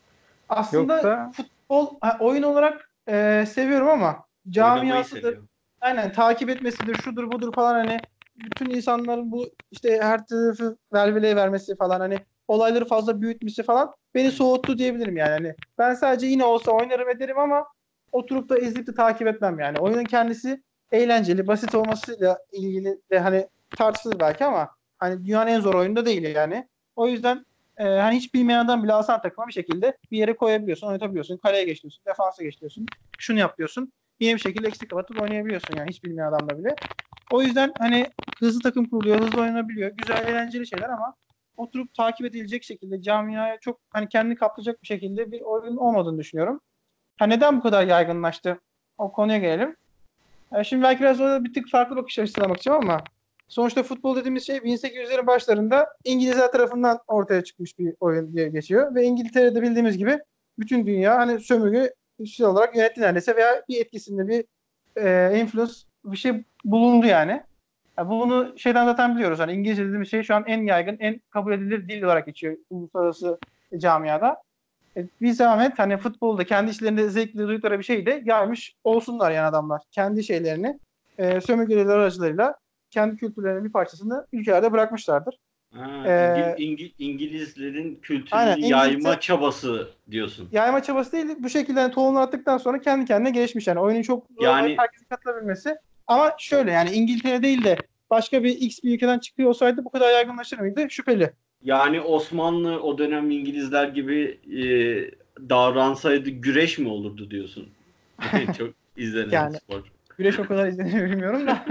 Aslında Yoksa futbol ha, oyun olarak e, seviyorum ama Oynamayı camiasıdır, seviyor. aynen takip etmesidir, şudur budur falan hani bütün insanların bu işte her tarafı velveleye vermesi falan hani olayları fazla büyütmesi falan beni soğuttu diyebilirim yani. Hani ben sadece yine olsa oynarım ederim ama oturup da izleyip de takip etmem yani. Oyunun kendisi eğlenceli, basit olmasıyla ilgili de hani tartışılır belki ama hani dünyanın en zor oyunu da değil yani. O yüzden e, hani hiç bilmeyen adam bile alsan takıma bir şekilde bir yere koyabiliyorsun, oynatabiliyorsun, kaleye geçiyorsun, defansa geçiyorsun, şunu yapıyorsun. Yine bir şekilde eksik kapatıp oynayabiliyorsun yani hiç bilmeyen adamla bile. O yüzden hani hızlı takım kuruluyor, hızlı oynanabiliyor. Güzel, eğlenceli şeyler ama oturup takip edilecek şekilde camiaya çok hani kendini kaplayacak bir şekilde bir oyun olmadığını düşünüyorum. Ha neden bu kadar yaygınlaştı? O konuya gelelim. E, şimdi belki biraz orada bir tık farklı bakış açısına bakacağım ama sonuçta futbol dediğimiz şey bin sekiz yüzlerin başlarında İngilizler tarafından ortaya çıkmış bir oyun diye geçiyor. Ve İngiltere'de bildiğimiz gibi bütün dünya hani sömürge şey olarak yönetti neredeyse veya bir etkisinde bir e, influence bir şey bulundu yani. Ya bunu şeyden zaten biliyoruz. Hani İngilizce dediğimiz şey şu an en yaygın, en kabul edilir dil olarak geçiyor uluslararası camiada. E, bir zahmet hani futbolda kendi işlerinde zevkli duydukları bir şey de yaymış olsunlar yani adamlar. Kendi şeylerini e, sömürgeler aracılığıyla kendi kültürlerinin bir parçasını ülkelerde bırakmışlardır. Ha, İngil, E, İngil, İngilizlerin aynen kültürünü İngilizce yayma çabası diyorsun. yayma çabası değil bu şekilde hani tohumunu attıktan sonra kendi kendine gelişmiş yani oyunun çok zor olmayıp Yani herkesin katılabilmesi. Ama şöyle yani İngiltere değil de başka bir X bir ülkeden çıkıyor olsaydı bu kadar yaygınlaşır mıydı? Şüpheli. yani Osmanlı o dönem İngilizler gibi e, davransaydı güreş mi olurdu diyorsun? En çok izlenen Yani spor. güreş o kadar izlenir bilmiyorum da.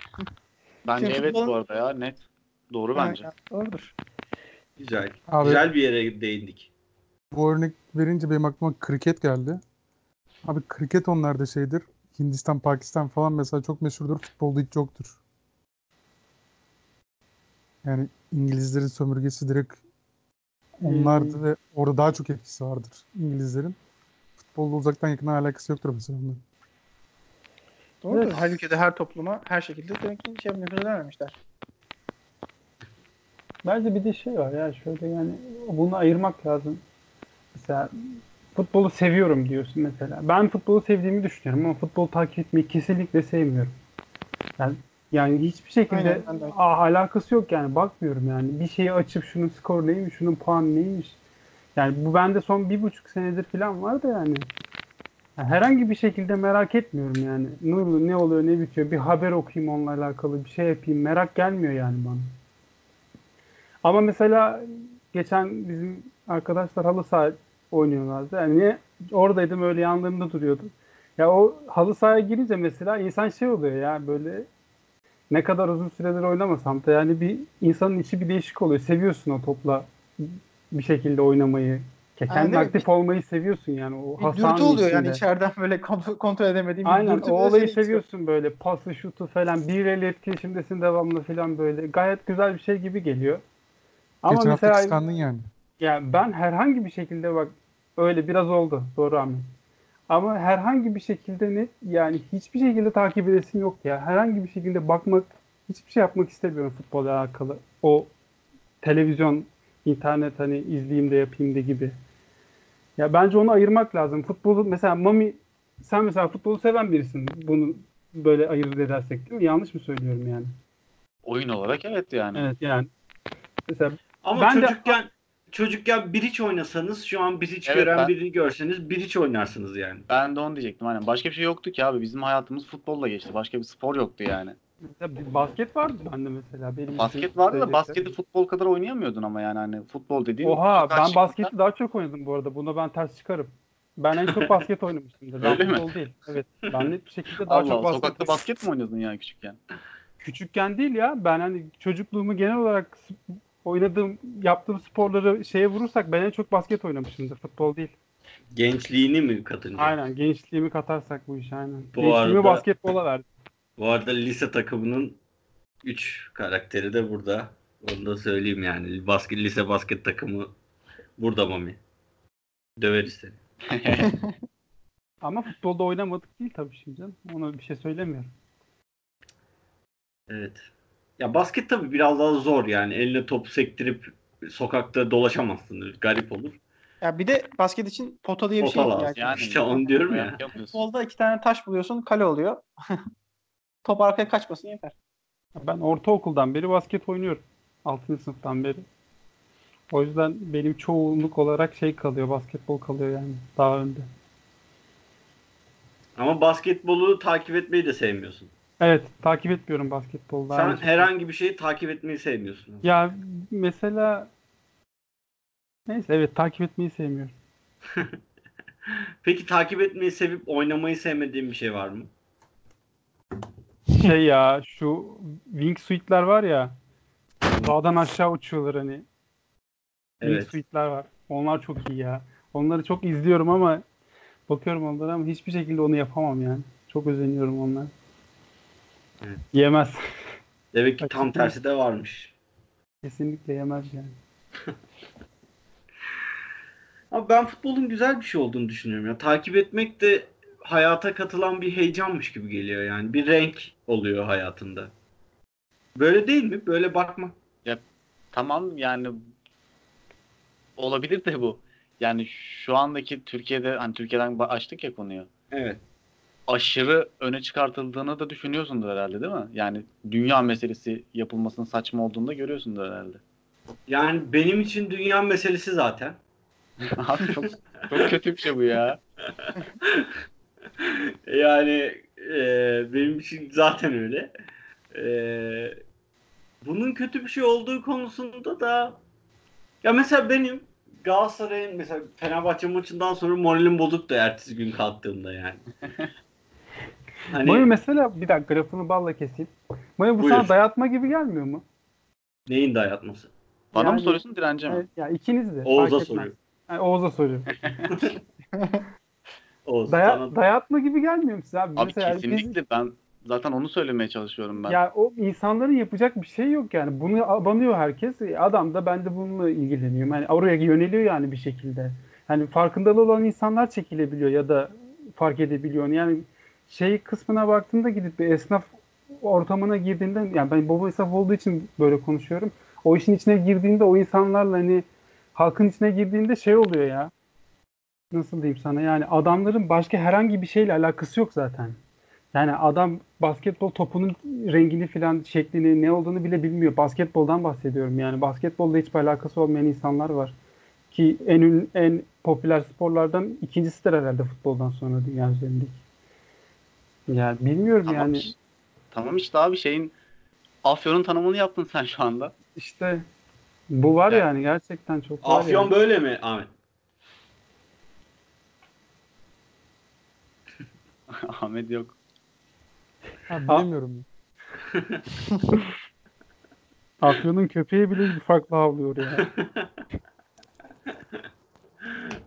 Bence Şimdi evet bu futbolun arada ya net. Doğru ha, bence. yani doğrudur. Güzel. Abi Güzel bir yere değindik. bu örnek verince benim aklıma kriket geldi. Abi kriket onlarda şeydir. Hindistan, Pakistan falan mesela çok meşhurdur. Futbolda hiç yoktur. Yani İngilizlerin sömürgesi direkt hmm, onlardı ve orada daha çok etkisi vardır İngilizlerin. Futbolda uzaktan yakından alakası yoktur mesela onların. Doğrudur. evet, Her ülkede, her topluma, her şekilde demek ki şey nüfuz edememişler. bence bir de şey var ya şöyle yani bunu ayırmak lazım. Mesela futbolu seviyorum diyorsun mesela. Ben futbolu sevdiğimi düşünüyorum ama futbolu takip etmeyi kesinlikle sevmiyorum. Yani, yani hiçbir şekilde Aynen ben de öyle. a- alakası yok yani bakmıyorum yani. Bir şeyi açıp şunun skoru neymiş, şunun puanı neymiş. Yani bu bende son bir buçuk senedir falan var da yani. Yani herhangi bir şekilde merak etmiyorum yani. Ne oluyor, ne oluyor, ne bitiyor. Bir haber okuyayım onunla alakalı, bir şey yapayım. Merak gelmiyor yani bana. Ama mesela geçen bizim arkadaşlar halı saha oynuyorlardı. Yani oradaydım öyle yanlarında duruyordu. Ya o halı sahaya girince mesela insan şey oluyor ya böyle ne kadar uzun süredir oynamasam da yani bir insanın içi bir değişik oluyor. Seviyorsun o topla bir şekilde oynamayı. Ya Aynen, kendin değil mi? aktif olmayı seviyorsun yani o Bir hasanın dürtü oluyor yani içinde. içeriden böyle kontrol, kontrol edemediğim bir Aynen dürtü o böyle olayı seni itiyor. seviyorsun böyle pası şutu falan bir el etkileşimdesin devamlı falan böyle gayet güzel bir şey gibi geliyor. Ama Geçen hafta mesela kıskandın yani. ya ben herhangi bir şekilde bak öyle biraz oldu doğru Ahmet. Ama herhangi bir şekilde net yani hiçbir şekilde takip edesim yok ya. Herhangi bir şekilde bakmak hiçbir şey yapmak istemiyorum futbolla alakalı. O televizyon, internet hani izleyeyim de yapayım da gibi. Ya bence onu ayırmak lazım. Futbolu mesela Mami sen mesela futbolu seven birisin. Bunu böyle ayırt edersek değil mi? Yanlış mı söylüyorum yani? Oyun olarak evet yani. Evet yani. Mesela Ama ben de çocukken çocukken bir hiç oynasanız şu an bir hiç Evet, gören ben birini görseniz bir hiç oynarsınız yani. ben de onu diyecektim. Aynen. Başka bir şey yoktu ki abi. Bizim hayatımız futbolla geçti. Başka bir spor yoktu yani. mesela bir basket vardı bende mesela benim için Basket vardı da söyleyeceklerim. basketi futbol kadar oynayamıyordun ama yani hani futbol dediğin Oha sokağa ben çıktığında basketi daha çok oynadım bu arada. Buna ben ters çıkarım. Ben en çok basket oynamışımdır. Ben öyle mi? futbol değil. Evet. Ben net bir şekilde daha Allah çok Allah. basket Sokakta oynadım. basket mi oynuyordun yani küçükken? Küçükken değil ya. Ben hani çocukluğumu genel olarak s- oynadığım, yaptığım sporları şeye vurursak ben en çok basket oynamışımdır. Futbol değil. Gençliğini mi katınca? Aynen. Gençliğimi katarsak bu iş aynen. Bu Gençliğimi arada basketbola verdim. bu arada lise takımının üç karakteri de burada. Onu da söyleyeyim yani. Basket, lise basket takımı burada Mami. Döveriz seni. Ama futbolda oynamadık değil tabii şimdi canım. Ona bir şey söylemiyorum. Evet. Ya basket tabii biraz daha zor yani. Eline topu sektirip sokakta dolaşamazsın. Garip olur. Ya bir de basket için pota diye bir şeye Pota lazım. ihtiyacın var. Yani İşte onu diyorum ayak ya. yapıyorsun. Futbolda iki tane taş buluyorsun, kale oluyor. Top arkaya kaçmasın yeter. Ben ortaokuldan beri basket oynuyorum. altıncı sınıftan beri. O yüzden benim çoğunluk olarak şey kalıyor, basketbol kalıyor yani daha önde. Ama basketbolu takip etmeyi de sevmiyorsun. Evet, takip etmiyorum basketbolda aynı Sen şekilde. herhangi bir şeyi takip etmeyi sevmiyorsun aslında. Ya mesela neyse evet takip etmeyi sevmiyorum. Peki takip etmeyi sevip oynamayı sevmediğin bir şey var mı? Şey ya şu wingsuit'ler var ya dağdan aşağı uçuyorlar hani. Evet. Wingsuit'ler var. Onlar çok iyi ya. Onları çok izliyorum ama bakıyorum onlara ama hiçbir şekilde onu yapamam yani. Çok özeniyorum onlara. Evet. Yemez. Demek ki tam Açıkçası tersi de varmış. kesinlikle yemez yani. Ama ben futbolun güzel bir şey olduğunu düşünüyorum ya. Takip etmek de hayata katılan bir heyecanmış gibi geliyor yani. Bir renk oluyor hayatında. Böyle değil mi? Böyle bakma. Ya tamam yani olabilir de bu. Yani şu andaki Türkiye'de hani Türkiye'den ba- açtık ya konuyu. Evet. Aşırı öne çıkartıldığını da düşünüyorsundur herhalde değil mi? Yani dünya meselesi yapılmasının saçma olduğunu da görüyorsundur herhalde. Yani benim için dünya meselesi zaten. Abi çok çok kötü bir şey bu ya. Yani e, benim için zaten öyle. E, bunun kötü bir şey olduğu konusunda da ya mesela benim Galatasaray'ın mesela Fenerbahçe maçından sonra moralim bozuktu ertesi gün kalktığımda yani. Maya Hani mesela bir dakika lafını balla keseyim. Maya bu sana buyur. dayatma gibi gelmiyor mu? Neyin dayatması? Bana mı Yani soruyorsun dirence mi? evet, ya ikiniz de fark Oğuz'a etmez. soruyor. Yani Oğuz'a soruyorum. Oğuz Daya, sana dayatma gibi gelmiyor mu size abi? Abi Mesela biz kesinlikle ben zaten onu söylemeye çalışıyorum ben. ya o insanların yapacak bir şey yok yani. Bunu abanıyor herkes. E, Adam da ben de bununla ilgileniyorum. Yani oraya yöneliyor yani bir şekilde. Hani farkındalığı olan insanlar çekilebiliyor ya da fark edebiliyor. Yani şey kısmına baktığında gidip bir esnaf ortamına girdiğinde yani ben baba esnaf olduğu için böyle konuşuyorum. O işin içine girdiğinde o insanlarla hani halkın içine girdiğinde şey oluyor ya. Nasıl diyeyim sana yani adamların başka herhangi bir şeyle alakası yok zaten. Yani adam basketbol topunun rengini filan şeklini ne olduğunu bile bilmiyor. Basketboldan bahsediyorum yani. Basketbolla hiçbir alakası olmayan insanlar var. Ki en ün, en popüler sporlardan ikincisidir herhalde futboldan sonra dünya üzerindeki. Yani bilmiyorum Tamam yani. iş- tamam işte abi şeyin Afyon'un tanımını yaptın sen şu anda. İşte bu var Yani yani gerçekten çok var yani. Afyon böyle mi Ahmet? Ahmet yok. Ha, A- bilemiyorum. Afyon'un köpeği bile bir farklı havlıyor ya.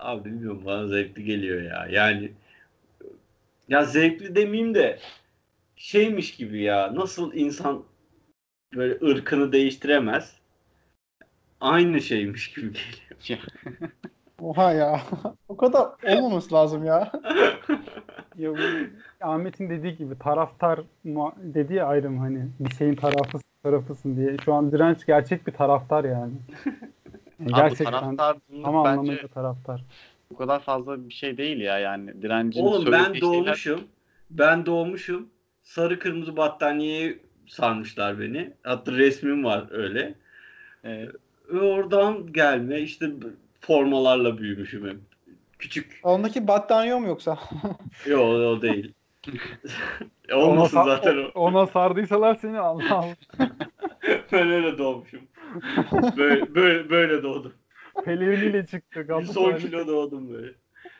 abi bilmiyorum bana zevkli geliyor ya. Yani ya zevkli demeyeyim de şeymiş gibi ya. Nasıl insan böyle ırkını değiştiremez? Aynı şeymiş gibi geliyor. Oha ya. O kadar olmaması lazım ya. Ya bu Ahmet'in dediği gibi taraftar muha- dedi ya ayrım hani bir şeyin tarafı tarafısın diye. Şu an Direnç gerçek bir taraftar yani. Yani Abi bu gerçekten taraftarlık tam bence anlamıyla taraftar. bu kadar fazla bir şey değil ya yani. Direncin Oğlum ben söylediği şeyler doğmuşum. Ben doğmuşum. Sarı kırmızı battaniyeye sarmışlar beni. Hatta resmim var öyle. e, Ve oradan gelme işte formalarla büyümüşüm hep. Küçük. Ondaki battaniye mi yoksa? Yok o değil. Ona, Olmasın sa- zaten o- o. ona sardıysalar seni Allah Allah. Ben öyle doğmuşum. Böyle, böyle, böyle doğdum. Peleriniyle çıktı. yüz on Galatasaray. kilo doğdum böyle.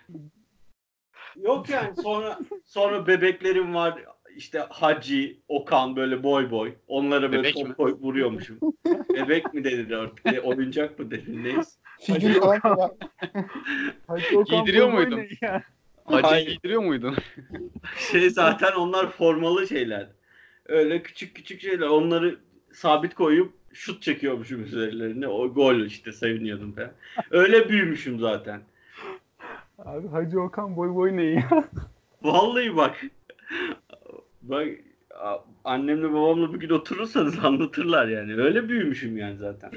Yok yani sonra sonra bebeklerim var. İşte Hacı, Okan böyle boy boy. Onlara böyle Bebek top mi? koy, vuruyormuşum. Bebek mi dedi artık? E, oyuncak mı dedi? Neyse. Figür falan ya. Hacı Okan Giydiriyor boy boy muydun? ne ya? Hacı Hayır. giydiriyor muydun? Şey zaten onlar formalı şeyler. Öyle küçük küçük şeyler. Onları sabit koyup şut çekiyormuşum üzerlerine. O gol işte seviniyordum ben. Öyle büyümüşüm zaten. Abi Hacı Okan boy boy ne ya? Vallahi bak. Bak a- annemle babamla bir gün oturursanız anlatırlar yani. Öyle büyümüşüm yani zaten.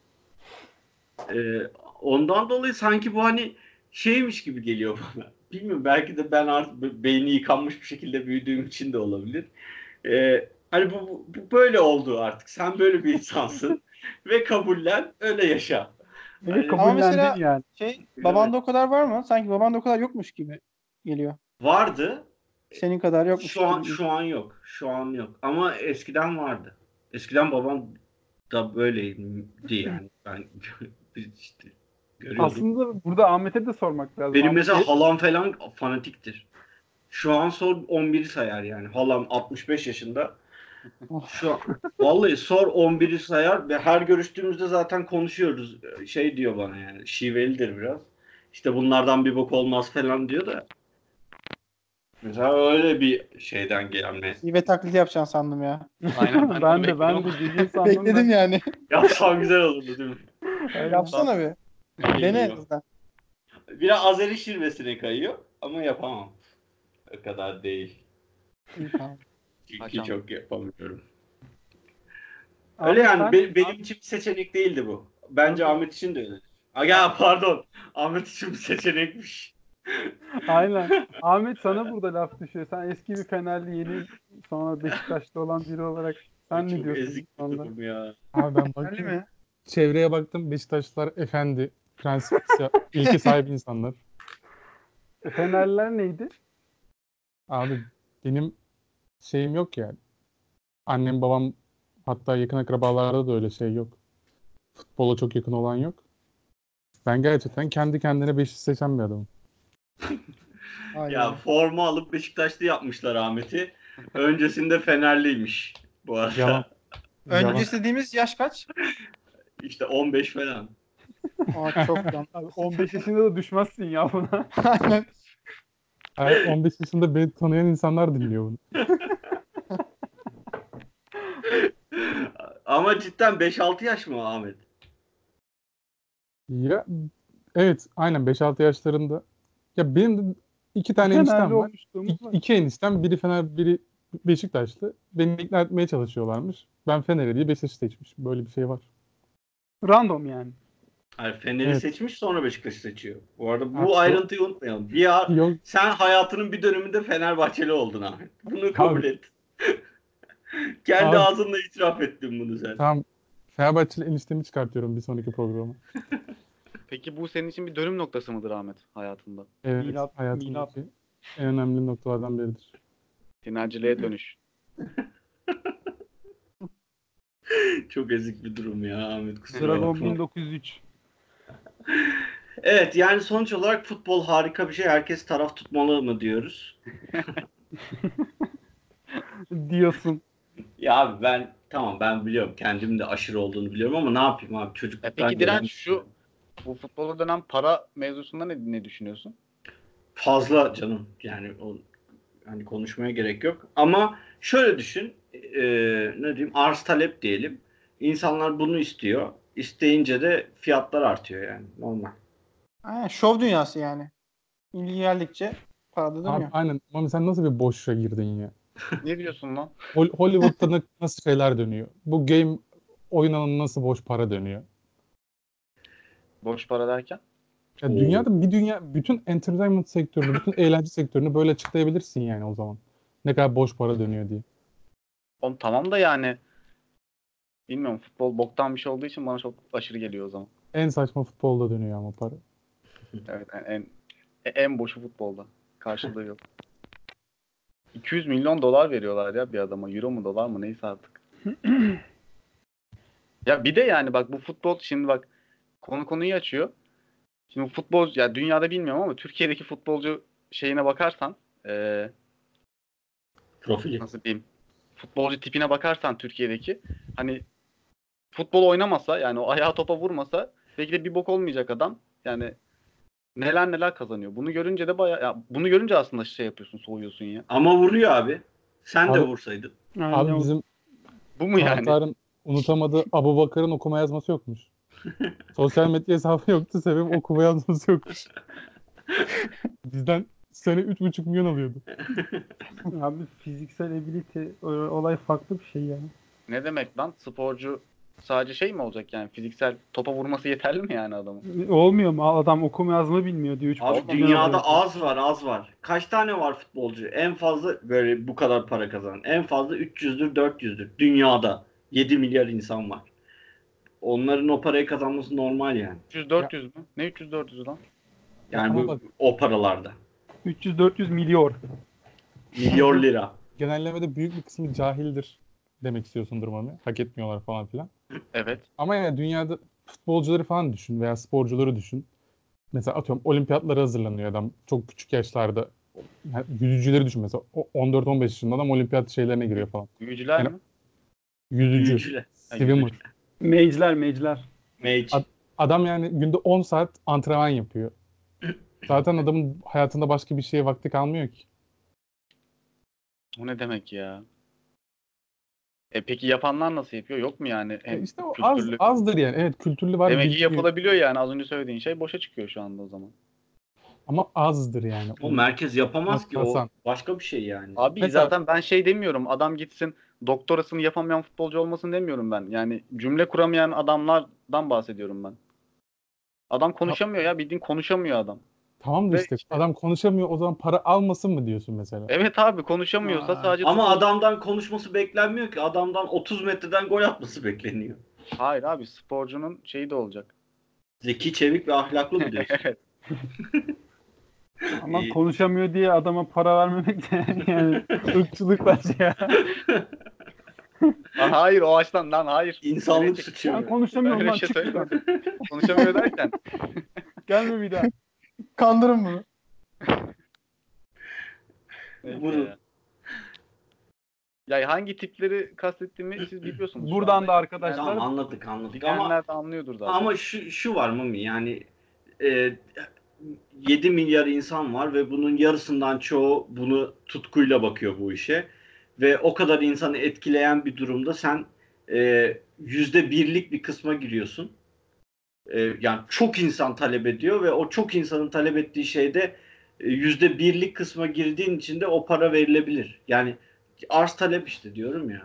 Ee, ondan dolayı sanki bu hani şeymiş gibi geliyor bana. Bilmiyorum belki de ben artık be- beyni yıkanmış bir şekilde büyüdüğüm için de olabilir. Ee, hani bu, bu, bu böyle oldu artık. Sen böyle bir insansın ve kabullen, öyle yaşa. Ve Hani, Ama kabullendin mesela yani. şey babanda o kadar var mı? Sanki babanda o kadar yokmuş gibi geliyor. vardı. Senin kadar yokmuş Şu an gibi. şu an yok. Şu an yok. Ama eskiden vardı. Eskiden babam da böyleydi yani. Ben biz işte görüyordum. Aslında burada Ahmet'e de sormak lazım. Benim Ahmet, mesela halam falan fanatiktir. Şu an sor on biri sayar yani. Halam altmış beş yaşında. Şu an vallahi sor on biri sayar ve her görüştüğümüzde zaten konuşuyoruz. Şey diyor bana yani. Şivelidir biraz. İşte bunlardan bir bok olmaz falan diyor da. Mesela öyle bir şeyden gelme. İve taklidi yapacaksın sandım ya. Aynen ben, ben de de ben de bekliyorum. dediğin sandım da. Bekledim yani. Yapsam güzel olurdu değil mi? Aynen. Yapsana bir. Dene en azından. Biraz Azeri şirvesine kayıyor ama yapamam. O kadar değil. İyi, tamam. Çünkü Haşam. çok yapamıyorum. Ahmet, Öyle yani sen- be- benim için bir seçenek değildi bu. Bence Ahmet için de öyle. Aga pardon. Ahmet için bir seçenekmiş. Aynen. Ahmet sana burada laf düşüyor. Sen eski bir Fenerli, yeni sonra Beşiktaşlı olan biri olarak sen ne Çok diyorsun? ezik bir Onda? durum ya. Abi ben Öyle bakayım. mi? Çevreye baktım. Beşiktaşlılar efendi, prensip, ilke sahibi insanlar. E, Fenerliler neydi? Abi benim şeyim yok yani. Annem babam hatta yakın akrabalarda da öyle şey yok. Futbola çok yakın olan yok. Ben gerçekten kendi kendine beşi seçen bir adamım. Hayır. Ya forma alıp Beşiktaşlı yapmışlar Ahmet'i. Öncesinde Fenerliymiş bu arada. Yalan. Yalan. Öncesi dediğimiz yaş kaç? İşte on beş falan. Aa, çok yan. Abi on beş yaşında da düşmezsin ya buna. Aynen. Hayır, on beş yaşında beni tanıyan insanlar dinliyor bunu. Ama cidden beş altı yaş mı Ahmet? Ya, evet aynen beş altı yaşlarında. Ya benim de iki tane Fenerli eniştem var. olmuşluğumuz İki, var. iki eniştem, biri Fener, biri Beşiktaşlı. Beni ikna etmeye çalışıyorlarmış. Ben Fener'e değil Beşiktaş'ı seçmiş. Böyle bir şey var. Random yani. Hayır, Fener'i Evet. seçmiş sonra Beşiktaş'ı seçiyor. Bu arada bu Abi, yok. ayrıntıyı unutmayalım. Bir ar- Yok sen hayatının bir döneminde Fenerbahçeli oldun Ahmet. Bunu kabul Abi. et. Kendi Abi. ağzınla itiraf ettin bunu sen. tamam. Fenerbahçeli eniştemi çıkartıyorum bir sonraki programa. Peki bu senin için bir dönüm noktası mıdır Ahmet hayatında? Evet, Milat, hayatımdaki en önemli noktalardan biridir. Fenerciliğe dönüş. Çok ezik bir durum ya Ahmet, kusura Dragon bakma. bin dokuz yüz üç. Evet yani sonuç olarak futbol harika bir şey. Herkes taraf tutmalı mı diyoruz? Diyorsun. Ya abi ben tamam ben biliyorum kendim de aşırı olduğunu biliyorum ama ne yapayım abi E çocukluktan peki gelen Direnç bir şey. şu Bu futbola dönen para mevzusunda ne, ne düşünüyorsun? Fazla canım. Yani o hani konuşmaya gerek yok. Ama şöyle düşün. E, ne diyeyim? Arz talep diyelim. İnsanlar bunu istiyor. İsteyince de fiyatlar artıyor yani. Normal. Aynen, şov dünyası yani. İlgi geldikçe para da Abi dönüyor. aynen. Mami sen nasıl bir boşluğa girdin ya? Ne diyorsun lan? Hol- Hollywood'da na- nasıl şeyler dönüyor? Bu game oyun alanında nasıl boş para dönüyor? Boş para derken? Ya Oo. dünyada bir dünya bütün entertainment sektörünü, bütün eğlence sektörünü böyle açıklayabilirsin yani o zaman. Ne kadar boş para dönüyor diye. Oğlum tamam da yani bilmiyorum, futbol boktan bir şey olduğu için bana çok aşırı geliyor o zaman. En saçma futbolda dönüyor ama para. Evet, en en, en boşu futbolda. Karşılığı yok. iki yüz milyon dolar veriyorlar ya bir adama. Euro mu dolar mı neyse artık. Ya bir de yani bak bu futbol şimdi bak konu konuyu açıyor. Şimdi futbol ya dünyada bilmiyorum ama Türkiye'deki futbolcu şeyine bakarsan eee, Profili. nasıl diyeyim, futbolcu tipine bakarsan Türkiye'deki hani futbol oynamasa yani o ayağı topa vurmasa belki de bir bok olmayacak adam. Yani neler neler kazanıyor. Bunu görünce de bayağı ya bunu görünce aslında şey yapıyorsun, soğuyorsun ya. Ama vuruyor abi. Sen de Abi- vursaydın. Yani Abi o- bizim Bu mu yani? taraftarın unutamadığı Abubakar'ın okuma yazması yokmuş. Sosyal medya hesabı yoktu. Sebep okuma yazması yokmuş. Bizden sene üç buçuk milyon alıyordu. abi fiziksel ability o- olay farklı bir şey yani. Ne demek lan? Sporcu sadece şey mi olacak yani? Fiziksel topa vurması yeterli mi yani adamın? Olmuyor mu? Adam okuma yazma bilmiyor diyor. Üç Abi buçuk milyon dünyada alıyor. az var az var. Kaç tane var futbolcu? En fazla böyle bu kadar para kazanan. En fazla üç yüzdür dört yüzdür. Dünyada yedi milyar insan var. Onların o parayı kazanması normal yani. üç yüz dört yüz mü? Ne üç yüz dört yüz lan? Yani Ama bu bak- o paralarda. üç yüz dört yüz milyon. Milyon lira. Genellemede büyük bir kısmı cahildir demek istiyorsundur Mami. Hak etmiyorlar falan filan. Evet. Ama yani dünyada futbolcuları falan düşün veya sporcuları düşün. Mesela atıyorum olimpiyatlara hazırlanıyor adam çok küçük yaşlarda. Yani yüzücüleri düşün mesela. O on dört on beş yaşında adam olimpiyat şeylerine giriyor falan. Büyücüler Yani- mi? Yüzücü, Büyücüler. swimmer. yüzücü. Mage'ler mage'ler. Mage. Ad- Adam yani günde on saat antrenman yapıyor. Zaten adamın hayatında başka bir şeye vakti kalmıyor ki. O ne demek ya? E peki yapanlar nasıl yapıyor? Yok mu yani? E Hem işte o az, kültürlü. azdır yani. Evet kültürlü var. Demek ki bilgi- yapılabiliyor yani. Az önce söylediğin şey boşa çıkıyor şu anda o zaman. Ama azdır yani. O merkez yapamaz ki. O Hasan. başka bir şey yani. Abi Mesela- zaten ben şey demiyorum. Adam gitsin doktorasını yapamayan futbolcu olmasın demiyorum ben. Yani cümle kuramayan adamlardan bahsediyorum ben. Adam konuşamıyor ya. Bildiğin konuşamıyor adam. Tamam da Ve işte işte- adam konuşamıyor o zaman para almasın mı diyorsun mesela? Evet abi konuşamıyorsa Aa, sadece Ama futbol- adamdan konuşması beklenmiyor ki. Adamdan otuz metreden gol atması bekleniyor. Hayır abi sporcunun şeyi de olacak. Zeki, çevik ve ahlaklı mı diyorsun? Evet. Ama İyi. konuşamıyor diye adama para vermemek de yani ırkçılık bence ya. Lan hayır o açıdan lan hayır. İnsanlık Öyle- suçu. Ben konuşamıyorum Öyle lan bir şey çık buradan. söylemedim. Konuşamıyor derken. Gelme bir daha. Kandırın bunu. Neyse Vurun. ya. Ya hangi tipleri kastettiğimi siz biliyorsunuz. şu Buradan anda. da arkadaşlar Tamam anladık anladık ama Dinleyenler de anlıyordur zaten. ama şu şu var mı yani e, yedi milyar insan var ve bunun yarısından çoğu bunu tutkuyla bakıyor bu işe ve o kadar insanı etkileyen bir durumda sen e, yüzde birlik bir kısma giriyorsun. E, yani çok insan talep ediyor ve o çok insanın talep ettiği şeyde e, yüzde birlik kısma girdiğin için de o para verilebilir. Yani arz talep işte diyorum ya.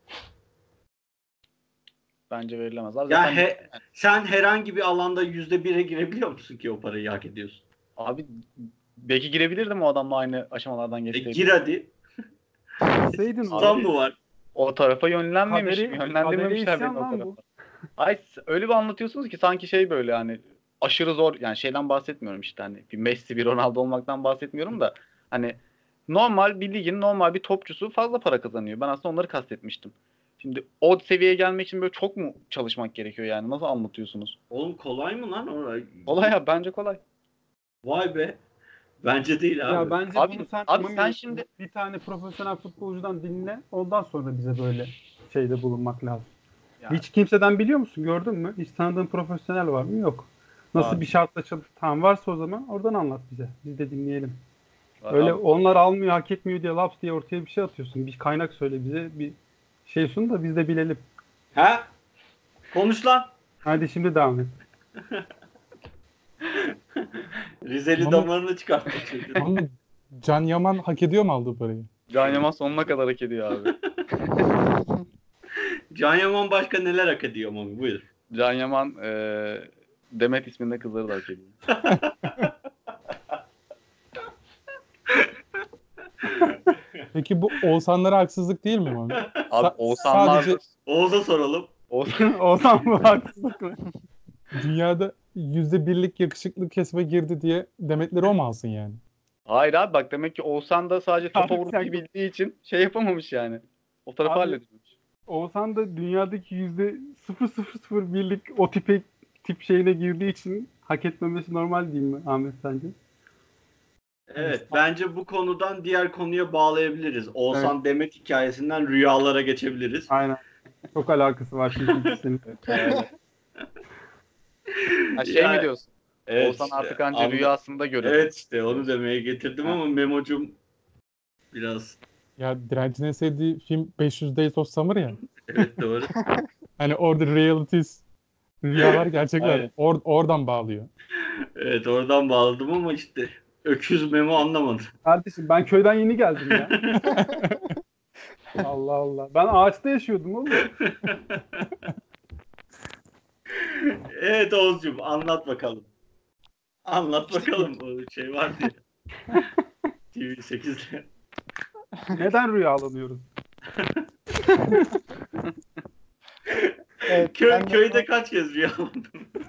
Bence verilemez. Abi, Ya zaten- he- sen herhangi bir alanda yüzde bire girebiliyor musun ki o parayı hak ediyorsun? abi belki girebilirdim o adamla aynı aşamalardan E, geçseydim. gir hadi. Seydin Tutan mı var? O tarafa yönlenmemişim. Kaderi- Yönlendirmemişler kaderi beni isyan o lan tarafa. bu. Ay öyle bir anlatıyorsunuz ki sanki şey böyle hani aşırı zor yani şeyden bahsetmiyorum işte hani bir Messi bir Ronaldo olmaktan bahsetmiyorum da hani normal bir ligin normal bir topçusu fazla para kazanıyor. Ben aslında onları kastetmiştim. Şimdi o seviyeye gelmek için böyle çok mu çalışmak gerekiyor yani? Nasıl anlatıyorsunuz? Oğlum kolay mı lan? O- Kolay ya bence kolay. Vay be. Bence değil abi. Ya bence Abi- bunu sen, abi Mami, sen şimdi- bir tane profesyonel futbolcudan dinle. Ondan sonra bize böyle şeyde bulunmak lazım. Ya- Hiç kimseden biliyor musun? Gördün mü? Hiç tanıdığın profesyonel var mı? Yok. Nasıl Var. bir şartla çalışıyor? Tamam varsa o zaman oradan anlat bize. Biz de dinleyelim. Var Öyle abi. onlar almıyor, hak etmiyor diye laps diye ortaya bir şey atıyorsun. Bir kaynak söyle bize, bir şey sun da biz de bilelim. Ha? Konuş lan. Hadi şimdi devam et. Rizeli Mami- damarını çıkarttı çocuğun. Ama Can Yaman hak ediyor mu aldığı parayı? Can Yaman sonuna kadar hak ediyor abi. Can Yaman başka neler hak ediyor Mami? Buyur. Can Yaman e, Demet isminde kızları da hak ediyor. Peki bu Oğuzhanlara haksızlık değil mi Mami? Abi Sa- Oğuzhanlar sadece- Oğuz'a soralım. Oğuzhan, Oğuzhan bu haksızlık mı? Dünyada yüzde birlik yakışıklı kesme girdi diye Demetleri o mu alsın yani? hayır abi bak demek ki Oğuzhan da sadece topa Abi vurmayı sen- bildiği için şey yapamamış yani. O tarafı Abi- halledilmiş. Oğuzhan da dünyadaki yüzde sıfır sıfır sıfır birlik o tipe tip şeyine girdiği için hak etmemesi normal değil mi Ahmet sence? Evet, bence bu konudan diğer konuya bağlayabiliriz. Oğuzhan Demet hikayesinden rüyalara geçebiliriz. Aynen. Çok alakası var çünkü ikisinin. Yani. Ha, şey Yani- mi diyorsun? Evet, Oğuzhan işte, artık anca anla- rüyasında görüyor. Evet işte onu demeye getirdim Ha. ama Memo'cum biraz Ya Direncin en sevdiği film beş yüz Days of Summer ya. evet doğru. Hani orada realities, rüyalar gerçekler. Aynen. Or- oradan bağlıyor. Evet oradan bağladım ama işte öküz Memo anlamadı. Kardeşim ben köyden yeni geldim ya. Allah Allah. Ben ağaçta yaşıyordum oğlum. Evet Oğuzcum anlat bakalım. Anlat bakalım o şey var diye. T V sekizde. Neden rüyalanıyoruz? Evet, Köy, ben de- köyde kaç kez rüyalandın?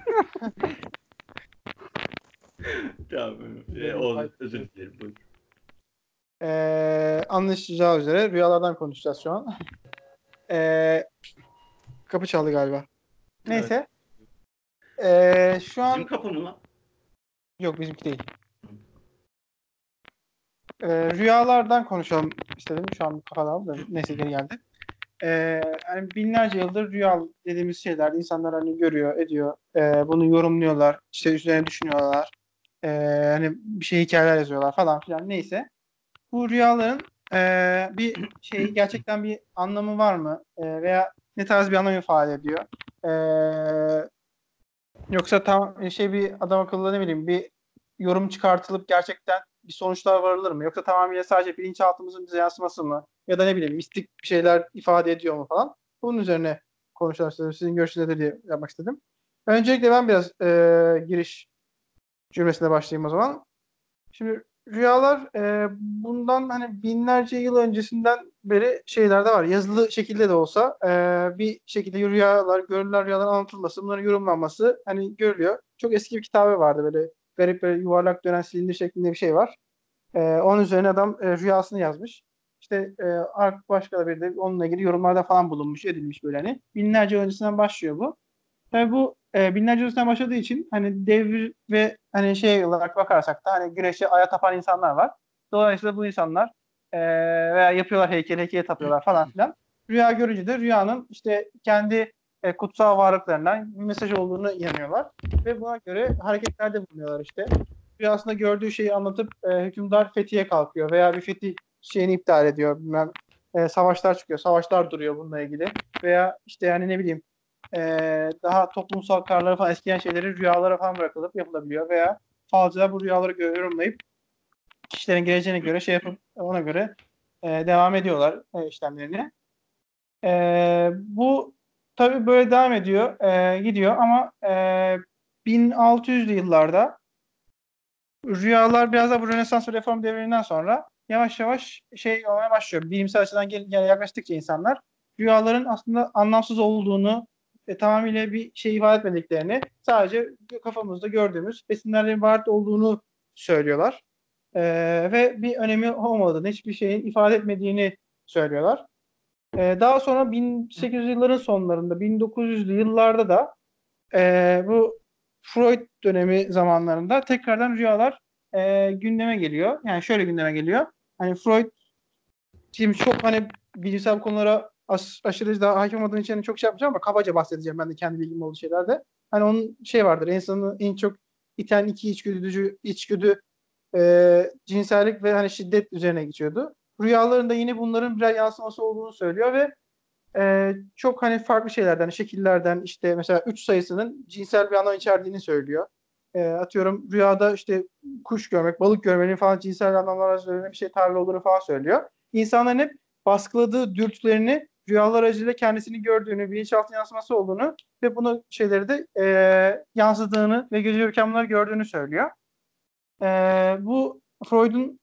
Tamam. Ee, Oğuz, özür dilerim. Buyur. Ee, anlaşılacağı üzere rüyalardan konuşacağız şu an. Ee, kapı çaldı galiba. Neyse. Ee, şu an Bizim kapı mı lan? yok bizimki değil. Ee, rüyalardan konuşalım istedim. Şu an kafada aldı da neyse geri geldi. Ee, hani binlerce yıldır rüya dediğimiz şeyler insanlar hani görüyor, ediyor. Ee, bunu yorumluyorlar. İşte üzerine düşünüyorlar. Ee, hani bir şey hikayeler yazıyorlar falan filan neyse. Bu rüyaların e, bir şey gerçekten bir anlamı var mı? E, veya ne tarz bir anlam ifade ediyor? E, yoksa tam şey bir adam akıllı ne bileyim bir yorum çıkartılıp gerçekten bir sonuçlar varılır mı? Yoksa tamamıyla sadece bilinçaltımızın bize yansıması mı? Ya da ne bileyim mistik bir şeyler ifade ediyor mu falan? Bunun üzerine konuşalım istedim. Sizin görüşünüzü de diye yapmak istedim. Öncelikle ben biraz e, giriş cümlesine başlayayım o zaman. Şimdi rüyalar e, bundan hani binlerce yıl öncesinden beri şeylerde var. Yazılı şekilde de olsa e, bir şekilde rüyalar, görülen rüyaların anlatılması, bunların yorumlanması hani görülüyor. Çok eski bir kitabı vardı böyle garip böyle yuvarlak dönen silindir şeklinde bir şey var. E, onun üzerine adam e, rüyasını yazmış. İşte e, başka da bir de onunla ilgili yorumlarda falan bulunmuş, edilmiş böyle hani. Binlerce yıl öncesinden başlıyor bu. Tabii bu e, binlerce yıldan başladığı için hani devir ve hani şey olarak bakarsak da hani güneşe aya tapan insanlar var. Dolayısıyla bu insanlar e, veya yapıyorlar heykel heykele tapıyorlar falan filan. Rüya görünce de rüyanın işte kendi e, kutsal varlıklarından bir mesaj olduğunu inanıyorlar. Ve buna göre hareketlerde bulunuyorlar işte. Rüyasında gördüğü şeyi anlatıp e, hükümdar fethiye kalkıyor veya bir fetih şeyini iptal ediyor. Bilmem, e, savaşlar çıkıyor. Savaşlar duruyor bununla ilgili. Veya işte yani ne bileyim Ee, daha toplumsal kararları falan eskiyen şeyleri rüyalara falan bırakılıp yapılabiliyor veya falcılar bu rüyaları göre yorumlayıp kişilerin geleceğine göre şey yapıp ona göre e, devam ediyorlar e, işlemlerini. E, bu tabii böyle devam ediyor, e, gidiyor ama e, bin altı yüzlü yıllarda rüyalar biraz da bu Rönesans ve Reform devriminden sonra yavaş yavaş şey olmaya başlıyor. Bilimsel açıdan gel- yani yaklaştıkça insanlar rüyaların aslında anlamsız olduğunu ve tamamıyla bir şey ifade etmediklerini sadece kafamızda gördüğümüz besinlerden ibaret olduğunu söylüyorlar. Ee, ve bir önemi olmadığını, hiçbir şeyin ifade etmediğini söylüyorlar. Ee, daha sonra bin sekiz yüz yılların sonlarında, bin dokuz yüzlü yıllarda da e, bu Freud dönemi zamanlarında tekrardan rüyalar e, gündeme geliyor. Yani şöyle gündeme geliyor. Hani Freud şimdi çok hani bilimsel konulara as- aşırı daha hakim olmadığım için çok şey yapmayacağım ama kabaca bahsedeceğim ben de kendi bilgim olduğu şeylerde. Hani onun şey vardır, insanı en çok iten iki içgüdü, içgüdü e, cinsellik ve hani şiddet üzerine geçiyordu. Rüyalarında yine bunların birer yansıması olduğunu söylüyor ve e, çok hani farklı şeylerden, şekillerden işte mesela üç sayısının cinsel bir anlam içerdiğini söylüyor. E, atıyorum rüyada işte kuş görmek, balık görmenin falan cinsel anlamlar üzerine bir şey tabir olduğunu falan söylüyor. İnsanların hep baskıladığı dürtülerini rüyalar aracılığıyla kendisini gördüğünü, bilinçaltı yansıması olduğunu ve bunu şeyleri de e, yansıdığını ve gece uyurken bunları gördüğünü söylüyor. E, bu Freud'un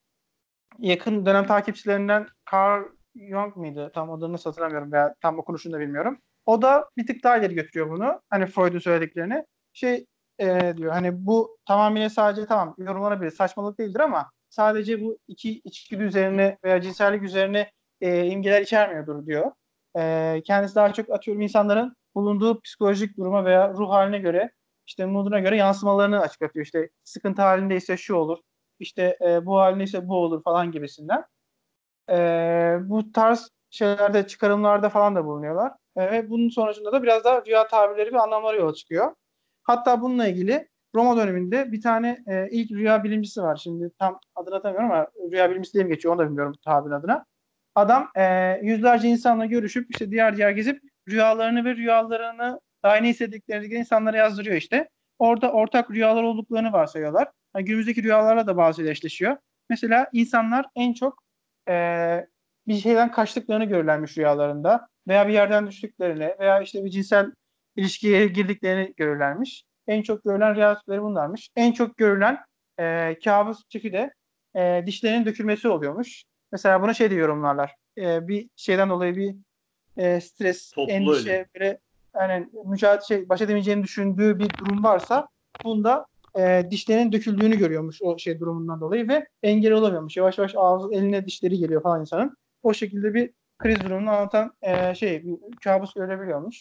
yakın dönem takipçilerinden Carl Jung mıydı? Tam adını nasıl hatırlamıyorum veya tam okunuşunu da bilmiyorum. O da bir tık daha ileri götürüyor bunu. Hani Freud'un söylediklerini. Şey e, diyor hani bu tamamıyla sadece tamam yorumlanabilir. Saçmalık değildir ama sadece bu iki içgüdü üzerine veya cinsellik üzerine e, imgeler içermiyordur diyor. E, kendisi daha çok atıyorum insanların bulunduğu psikolojik duruma veya ruh haline göre işte mooduna göre yansımalarını açıklatıyor. İşte sıkıntı halindeyse şu olur. İşte e, bu halindeyse bu olur falan gibisinden. E, bu tarz şeylerde çıkarımlarda falan da bulunuyorlar. E, ve bunun sonucunda da biraz daha rüya tabirleri ve anlamları yola çıkıyor. Hatta bununla ilgili Roma döneminde bir tane e, ilk rüya bilimcisi var. Şimdi tam adını hatırlamıyorum ama rüya bilimcisi diye mi geçiyor onu da bilmiyorum tabirin adına. Adam e, yüzlerce insanla görüşüp işte diğer diğer gezip rüyalarını ve rüyalarını daha ne hissettiklerini insanlara yazdırıyor işte. Orada ortak rüyalar olduklarını varsayıyorlar. Yani günümüzdeki rüyalarla da bazı eşleşiyor. Mesela insanlar en çok e, bir şeyden kaçtıklarını görürlermiş rüyalarında veya bir yerden düştüklerini veya işte bir cinsel ilişkiye girdiklerini görürlermiş. En çok görülen rüya tipleri bunlarmış. En çok görülen e, kabus tipi de e, dişlerinin dökülmesi oluyormuş. Mesela buna şey de yorumlarlar. E, bir şeyden dolayı bir e, stres, Toplu ölüm. endişe, böyle yani mücadele şey, baş edemeyeceğini düşündüğü bir durum varsa bunda e, dişlerinin döküldüğünü görüyormuş o şey durumundan dolayı ve engel olamıyormuş. Yavaş yavaş ağzı eline dişleri geliyor falan insanın. O şekilde bir kriz durumunu anlatan e, şey bir kabus görebiliyormuş.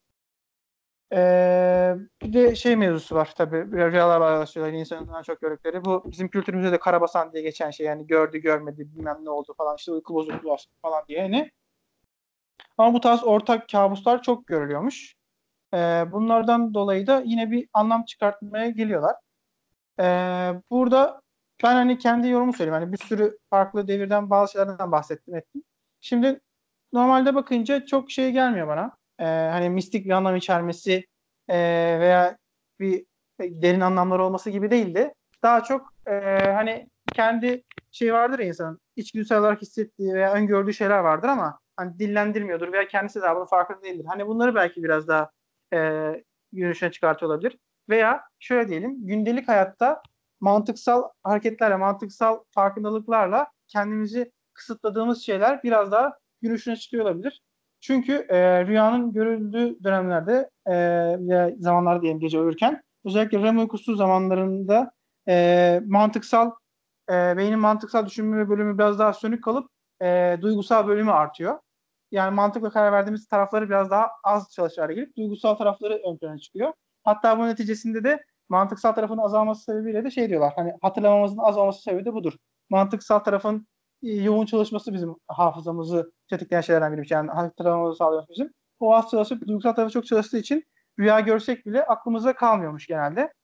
Ee, bir de şey mevzusu var tabii. Rüyalar araştırıyorlar insanın daha çok gördükleri. Bu bizim kültürümüzde de karabasan diye geçen şey. Yani gördü görmedi bilmem ne oldu falan işte uyku bozukluğu var falan diye. Yani. Ama bu tarz ortak kabuslar çok görülüyormuş. Ee, bunlardan dolayı da yine bir anlam çıkartmaya geliyorlar. Ee, burada ben hani kendi yorumumu söyleyeyim. Hani bir sürü farklı devirden bazı şeylerden bahsettim ettim. Şimdi normalde bakınca çok şey gelmiyor bana. Ee, hani mistik bir anlam içermesi e, veya bir derin anlamları olması gibi değildi. Daha çok e, hani kendi şey vardır ya insanın içgüdüsel olarak hissettiği veya öngördüğü şeyler vardır ama hani dillendirmiyordur veya kendisi de bunun farkında değildir. Hani bunları belki biraz daha e, yürüyüşüne çıkartıyor olabilir. Veya şöyle diyelim gündelik hayatta mantıksal hareketlerle, mantıksal farkındalıklarla kendimizi kısıtladığımız şeyler biraz daha gün ışığına çıkıyor olabilir. Çünkü e, rüyanın görüldüğü dönemlerde e, ya zamanlarda diyelim gece uyurken özellikle R E M uykusu zamanlarında e, mantıksal e, beynin mantıksal düşünme bölümü biraz daha sönük kalıp e, duygusal bölümü artıyor. Yani mantıkla karar verdiğimiz tarafları biraz daha az çalışır hale gelip duygusal tarafları ön plana çıkıyor. Hatta bu neticesinde de mantıksal tarafın azalması sebebiyle de şey diyorlar. Hani hatırlamamızın az olması sebebi de budur. Mantıksal tarafın yoğun çalışması bizim hafızamızı tetikleyen şeylerden biri. Yani hatırlamamızı sağlıyor bizim. O az çalışıp duygusal tarafı çok çalıştığı için rüya görsek bile aklımızda kalmıyormuş genelde.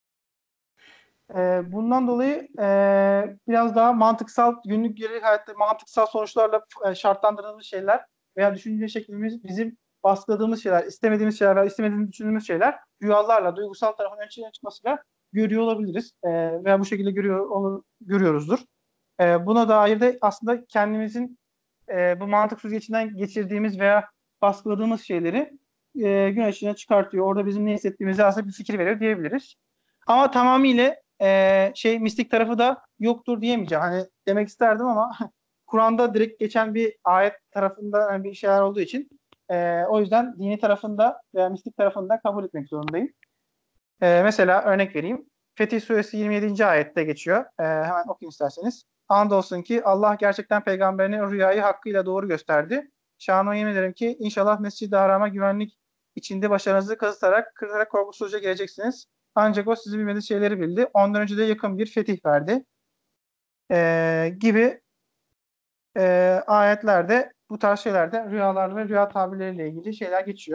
Ee, bundan dolayı e, biraz daha mantıksal, günlük günlük hayatta mantıksal sonuçlarla e, şartlandırdığımız şeyler veya düşünce şeklimiz bizim baskıladığımız şeyler, istemediğimiz şeyler veya istemediğimiz düşündüğümüz şeyler rüyalarla, duygusal tarafın ön çıkmasıyla görüyor olabiliriz. E, veya bu şekilde görüyor olur, görüyoruzdur. E, buna dair de aslında kendimizin e, bu mantık süzgecinden geçirdiğimiz veya baskıladığımız şeyleri e, gün ışığına çıkartıyor. Orada bizim ne hissettiğimizi aslında bir fikir veriyor diyebiliriz. Ama tamamıyla e, şey mistik tarafı da yoktur diyemeyeceğim. Hani demek isterdim ama Kur'an'da direkt geçen bir ayet tarafında yani bir şeyler olduğu için e, o yüzden dini tarafında veya mistik tarafında kabul etmek zorundayım. E, mesela örnek vereyim. Fetih Suresi yirmi yedinci ayette geçiyor. E, hemen okuyun isterseniz. Andolsun ki Allah gerçekten peygamberine rüyayı hakkıyla doğru gösterdi. Şanına yemin ederim ki inşallah Mescid-i Haram'a güvenlik içinde başarınızı kazıtarak, kırılarak korkusuzca geleceksiniz. Ancak o sizi bilmediği şeyleri bildi. Ondan önce de yakın bir fetih verdi. E, gibi e, ayetlerde bu tarz şeylerde rüyalar ve rüya tabirleriyle ilgili şeyler geçiyor.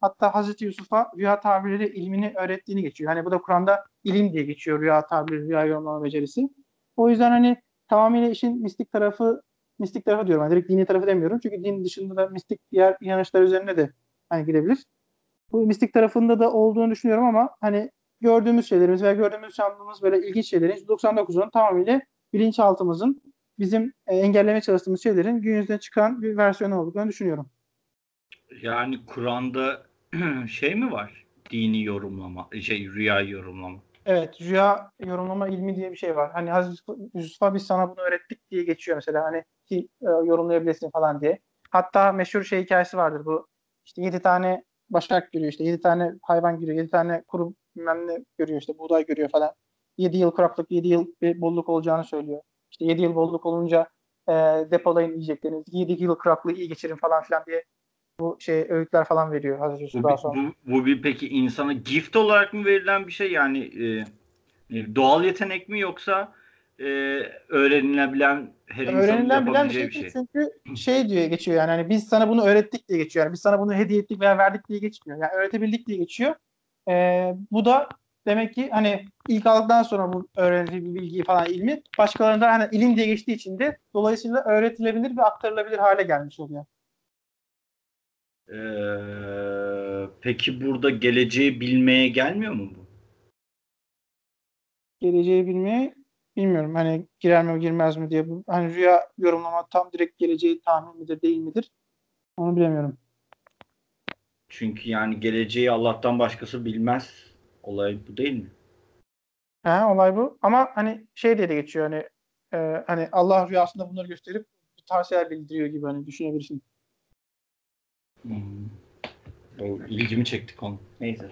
hatta Hazreti Yusuf'a rüya tabirleri ilmini öğrettiğini geçiyor. Hani bu da Kur'an'da ilim diye geçiyor, rüya tabiri, rüya yorumlama becerisi. O yüzden hani tamamıyla işin mistik tarafı, mistik tarafı diyorum. Yani direkt dini tarafı demiyorum. Çünkü din dışında da mistik diğer inanışlar üzerine de hani gidebilir. Bu mistik tarafında da olduğunu düşünüyorum ama hani gördüğümüz şeylerimiz veya gördüğümüz sandığımız böyle ilginç şeylerin yüzde doksan dokuzunun tamamıyla bilinçaltımızın bizim e, engellemeye çalıştığımız şeylerin gün yüzüne çıkan bir versiyonu olduğunu düşünüyorum. Yani Kur'an'da şey mi var? Dini yorumlama, şey rüya yorumlama. Evet, rüya yorumlama ilmi diye bir şey var. Hani Hazreti Yusuf'a biz sana bunu öğrettik diye geçiyor mesela. Hani ki e, yorumlayabilirsin falan diye. Hatta meşhur şey hikayesi vardır bu. İşte yedi tane başak görüyor, işte yedi tane hayvan görüyor, yedi tane kuru bilmem ne görüyor, işte buğday görüyor falan. Yedi yıl kuraklık, yedi yıl bir bolluk olacağını söylüyor. İşte yedi yıl bolluk olunca e, depolayın yiyeceklerinizi, yedi yıl kuraklığı iyi geçirin falan filan diye bu şey öğütler falan veriyor Hazreti Yusuf Bu, daha bir- sonra. bu, bu bir peki insana gift olarak mı verilen bir şey? Yani e, doğal yetenek mi yoksa e, öğrenilebilen her insanın Öğrenilen bilen bir yapabileceği şey bir değil şey? çünkü şey diye geçiyor yani hani biz sana bunu öğrettik diye geçiyor. Yani biz sana bunu hediye ettik veya verdik diye geçmiyor. Yani öğretebildik diye geçiyor. Ee, bu da demek ki hani ilk aldıktan sonra bu öğretici bilgiyi falan ilmi başkalarında hani ilim diye geçtiği için de dolayısıyla öğretilebilir ve aktarılabilir hale gelmiş oluyor. Ee, peki burada geleceği bilmeye gelmiyor mu bu? Geleceği bilmeyi bilmiyorum. Hani girer mi girmez mi diye bu hani rüya yorumlama tam direkt geleceği tahmin midir değil midir? Onu bilemiyorum. Çünkü yani geleceği Allah'tan başkası bilmez. Olay bu değil mi? Ha, olay bu. Ama hani şey diye de geçiyor hani e, hani Allah rüyasında bunları gösterip bir tavsiyeler bildiriyor gibi hani düşünebilirsin. Hmm. O ilgimi çekti konu. Neyse.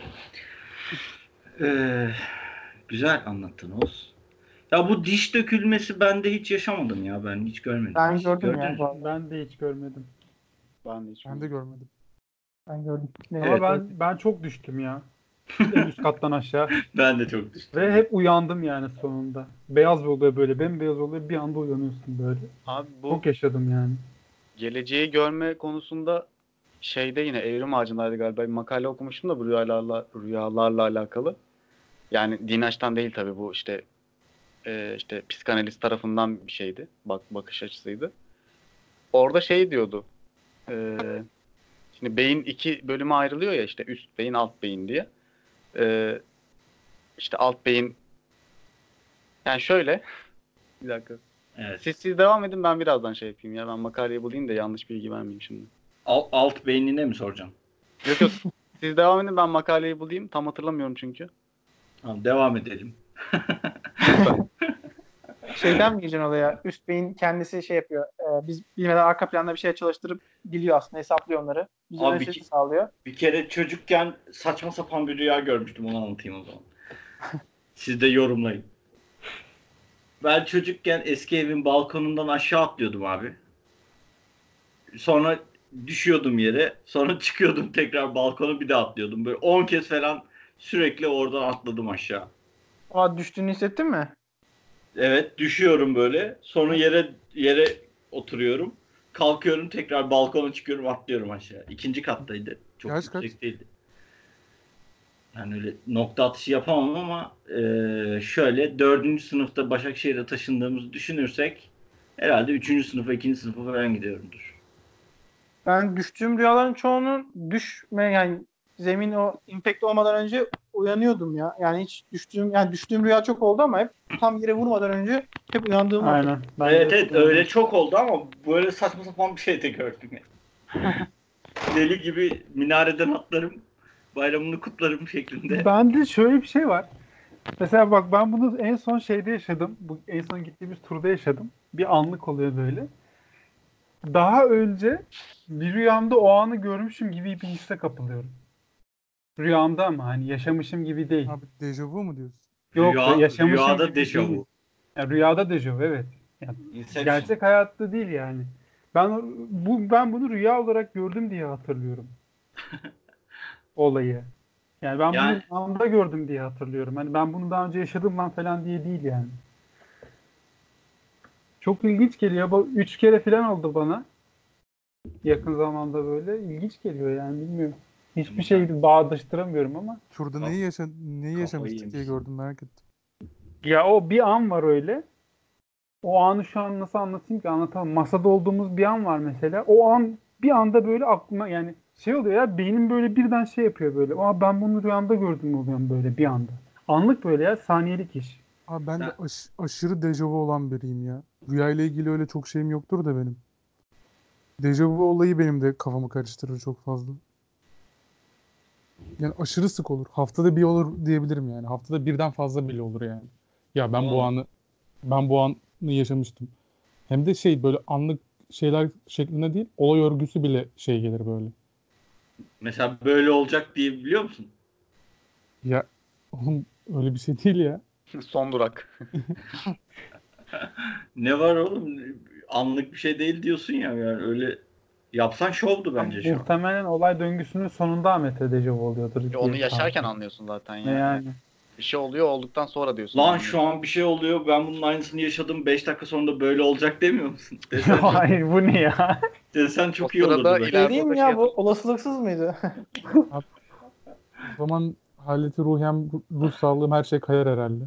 Ee, güzel anlattın Oğuz. Ya bu diş dökülmesi bende hiç yaşamadım ya. Ben hiç görmedim. Ben Hiç. gördüm ya Gördünüz bu mü? arada. Ben de hiç görmedim. Ben de hiç Ben de bilmiyorum. görmedim. Ben gördüm. Ne? Ama Evet. ben ben çok düştüm ya. En üst kattan aşağı. Ben de çok düştüm. Ve hep uyandım yani sonunda. Beyaz oluyor böyle, bembeyaz oluyor. Bir anda uyanıyorsun böyle. Abi bu Çok yaşadım yani. geleceği görme konusunda şeyde yine Evrim Ağacı'ndaydı galiba bir makale okumuştum da bu rüyalarla rüyalarla alakalı. Yani Dinaç'tan değil tabii bu işte e, işte psikanalist tarafından bir şeydi. Bak bakış açısıydı. Orada şey diyordu. E, şimdi beyin iki bölüme ayrılıyor ya işte üst beyin alt beyin diye. E, işte alt beyin yani şöyle bir dakika. Evet. Siz siz devam edin ben birazdan şey yapayım ya ben makaleyi bulayım da yanlış bilgi vermeyeyim şimdi. Alt, alt beynine mi soracağım? Yok yok. Siz devam edin ben makaleyi bulayım. Tam hatırlamıyorum çünkü. Tamam, devam edelim. Süper. Şeyden mi gireceksin olaya? Üst beyin kendisi şey yapıyor. E, biz bilmeden arka planda bir şey çalıştırıp biliyor aslında. Hesaplıyor onları. Bize Abi öyle ki- sağlıyor. bir kere çocukken saçma sapan bir rüya görmüştüm. Onu anlatayım o zaman. Siz de yorumlayın. Ben çocukken eski evin balkonundan aşağı atlıyordum abi. Sonra düşüyordum yere. Sonra çıkıyordum tekrar balkona bir daha atlıyordum. Böyle on kez falan sürekli oradan atladım aşağı. Aa, düştüğünü hissettin mi? Evet, düşüyorum böyle. Sonra yere yere oturuyorum. Kalkıyorum tekrar balkona çıkıyorum atlıyorum aşağı. İkinci kattaydı. Çok Yaş kaç? yüksek değildi. Yani öyle nokta atışı yapamam ama e, şöyle dördüncü sınıfta Başakşehir'e taşındığımızı düşünürsek herhalde üçüncü sınıfa, ikinci sınıfa falan gidiyorumdur. Ben düştüğüm rüyaların çoğunu düşme yani zemin o impact olmadan önce uyanıyordum ya. Yani hiç düştüğüm yani düştüğüm rüya çok oldu ama hep tam yere vurmadan önce hep uyandığımı hatırlıyorum. Aynen. Ben Evet de evet öyle çok oldu ama böyle saçma sapan bir şey de gördüm yani. Deli gibi minareden atlarım, bayramını kutlarım şeklinde. Bende şöyle bir şey var. Mesela bak ben bunu en son şeyde yaşadım. Bu en son gittiğimiz turda yaşadım. Bir anlık oluyor böyle. Daha önce bir rüyamda o anı görmüşüm gibi bir hisse kapılıyorum. Rüyamda ama hani yaşamışım gibi değil. Abi dejavu mu diyorsun? Yok be, Rüya, yaşamışım rüyada gibi değil. dejavu. Yani rüyada dejavu evet. Yani Inception. gerçek hayatta değil yani. Ben bu ben bunu rüya olarak gördüm diye hatırlıyorum olayı. Yani ben bunu Yani rüyamda gördüm diye hatırlıyorum. Hani ben bunu daha önce yaşadım lan falan diye değil yani. Çok ilginç geliyor. Bu üç kere falan oldu bana. Yakın zamanda böyle. İlginç geliyor yani bilmiyorum. Hiçbir şey bağdaştıramıyorum ama. Şurada Kaf- neyi yaşa neyi kafayı yaşamıştık diye yemişsin. gördüm, merak ettim. Ya o bir an var öyle. O anı şu an nasıl anlatayım ki, anlatamam. Masada olduğumuz bir an var mesela. O an bir anda böyle aklıma, yani şey oluyor ya, beynim böyle birden şey yapıyor böyle. Aa, ben bunu rüyamda gördüm oluyorum böyle bir anda. Anlık böyle ya, saniyelik iş. Abi ben de Sen- aş- aşırı dejavu olan biriyim ya. Rüyayla ilgili öyle çok şeyim yoktur da benim. Dejavu olayı benim de kafamı karıştırır çok fazla. Yani aşırı sık olur. Haftada bir olur diyebilirim yani. Haftada birden fazla bile olur yani. Ya ben bu Aa. anı ben bu anı yaşamıştım. Hem de şey, böyle anlık şeyler şeklinde değil, olay örgüsü bile şey gelir böyle. Mesela böyle olacak diye biliyor musun? Ya oğlum, öyle bir şey değil ya. Son durak. Ne var oğlum? Anlık bir şey değil diyorsun ya. Yani öyle yapsan şovdu Ama bence şu an. muhtemelen olay döngüsünün sonunda Ahmet'e dejavu oluyordur E, diye Onu tahmin yaşarken ediyorum. anlıyorsun zaten Ne ya. yani? Bir şey oluyor, olduktan sonra diyorsun. Lan anlıyorum. şu an bir şey oluyor. Ben bunun aynısını yaşadım. beş dakika sonra da böyle olacak demiyor musun? Desen çok, Hayır, bu ne ya? desen O çok iyi sırada olurdu be. ileride Şey o mi da ya, şey bu olasılıksız mıydı? O zaman haleti ruhem, ruh sağlığım, her şey kayar herhalde.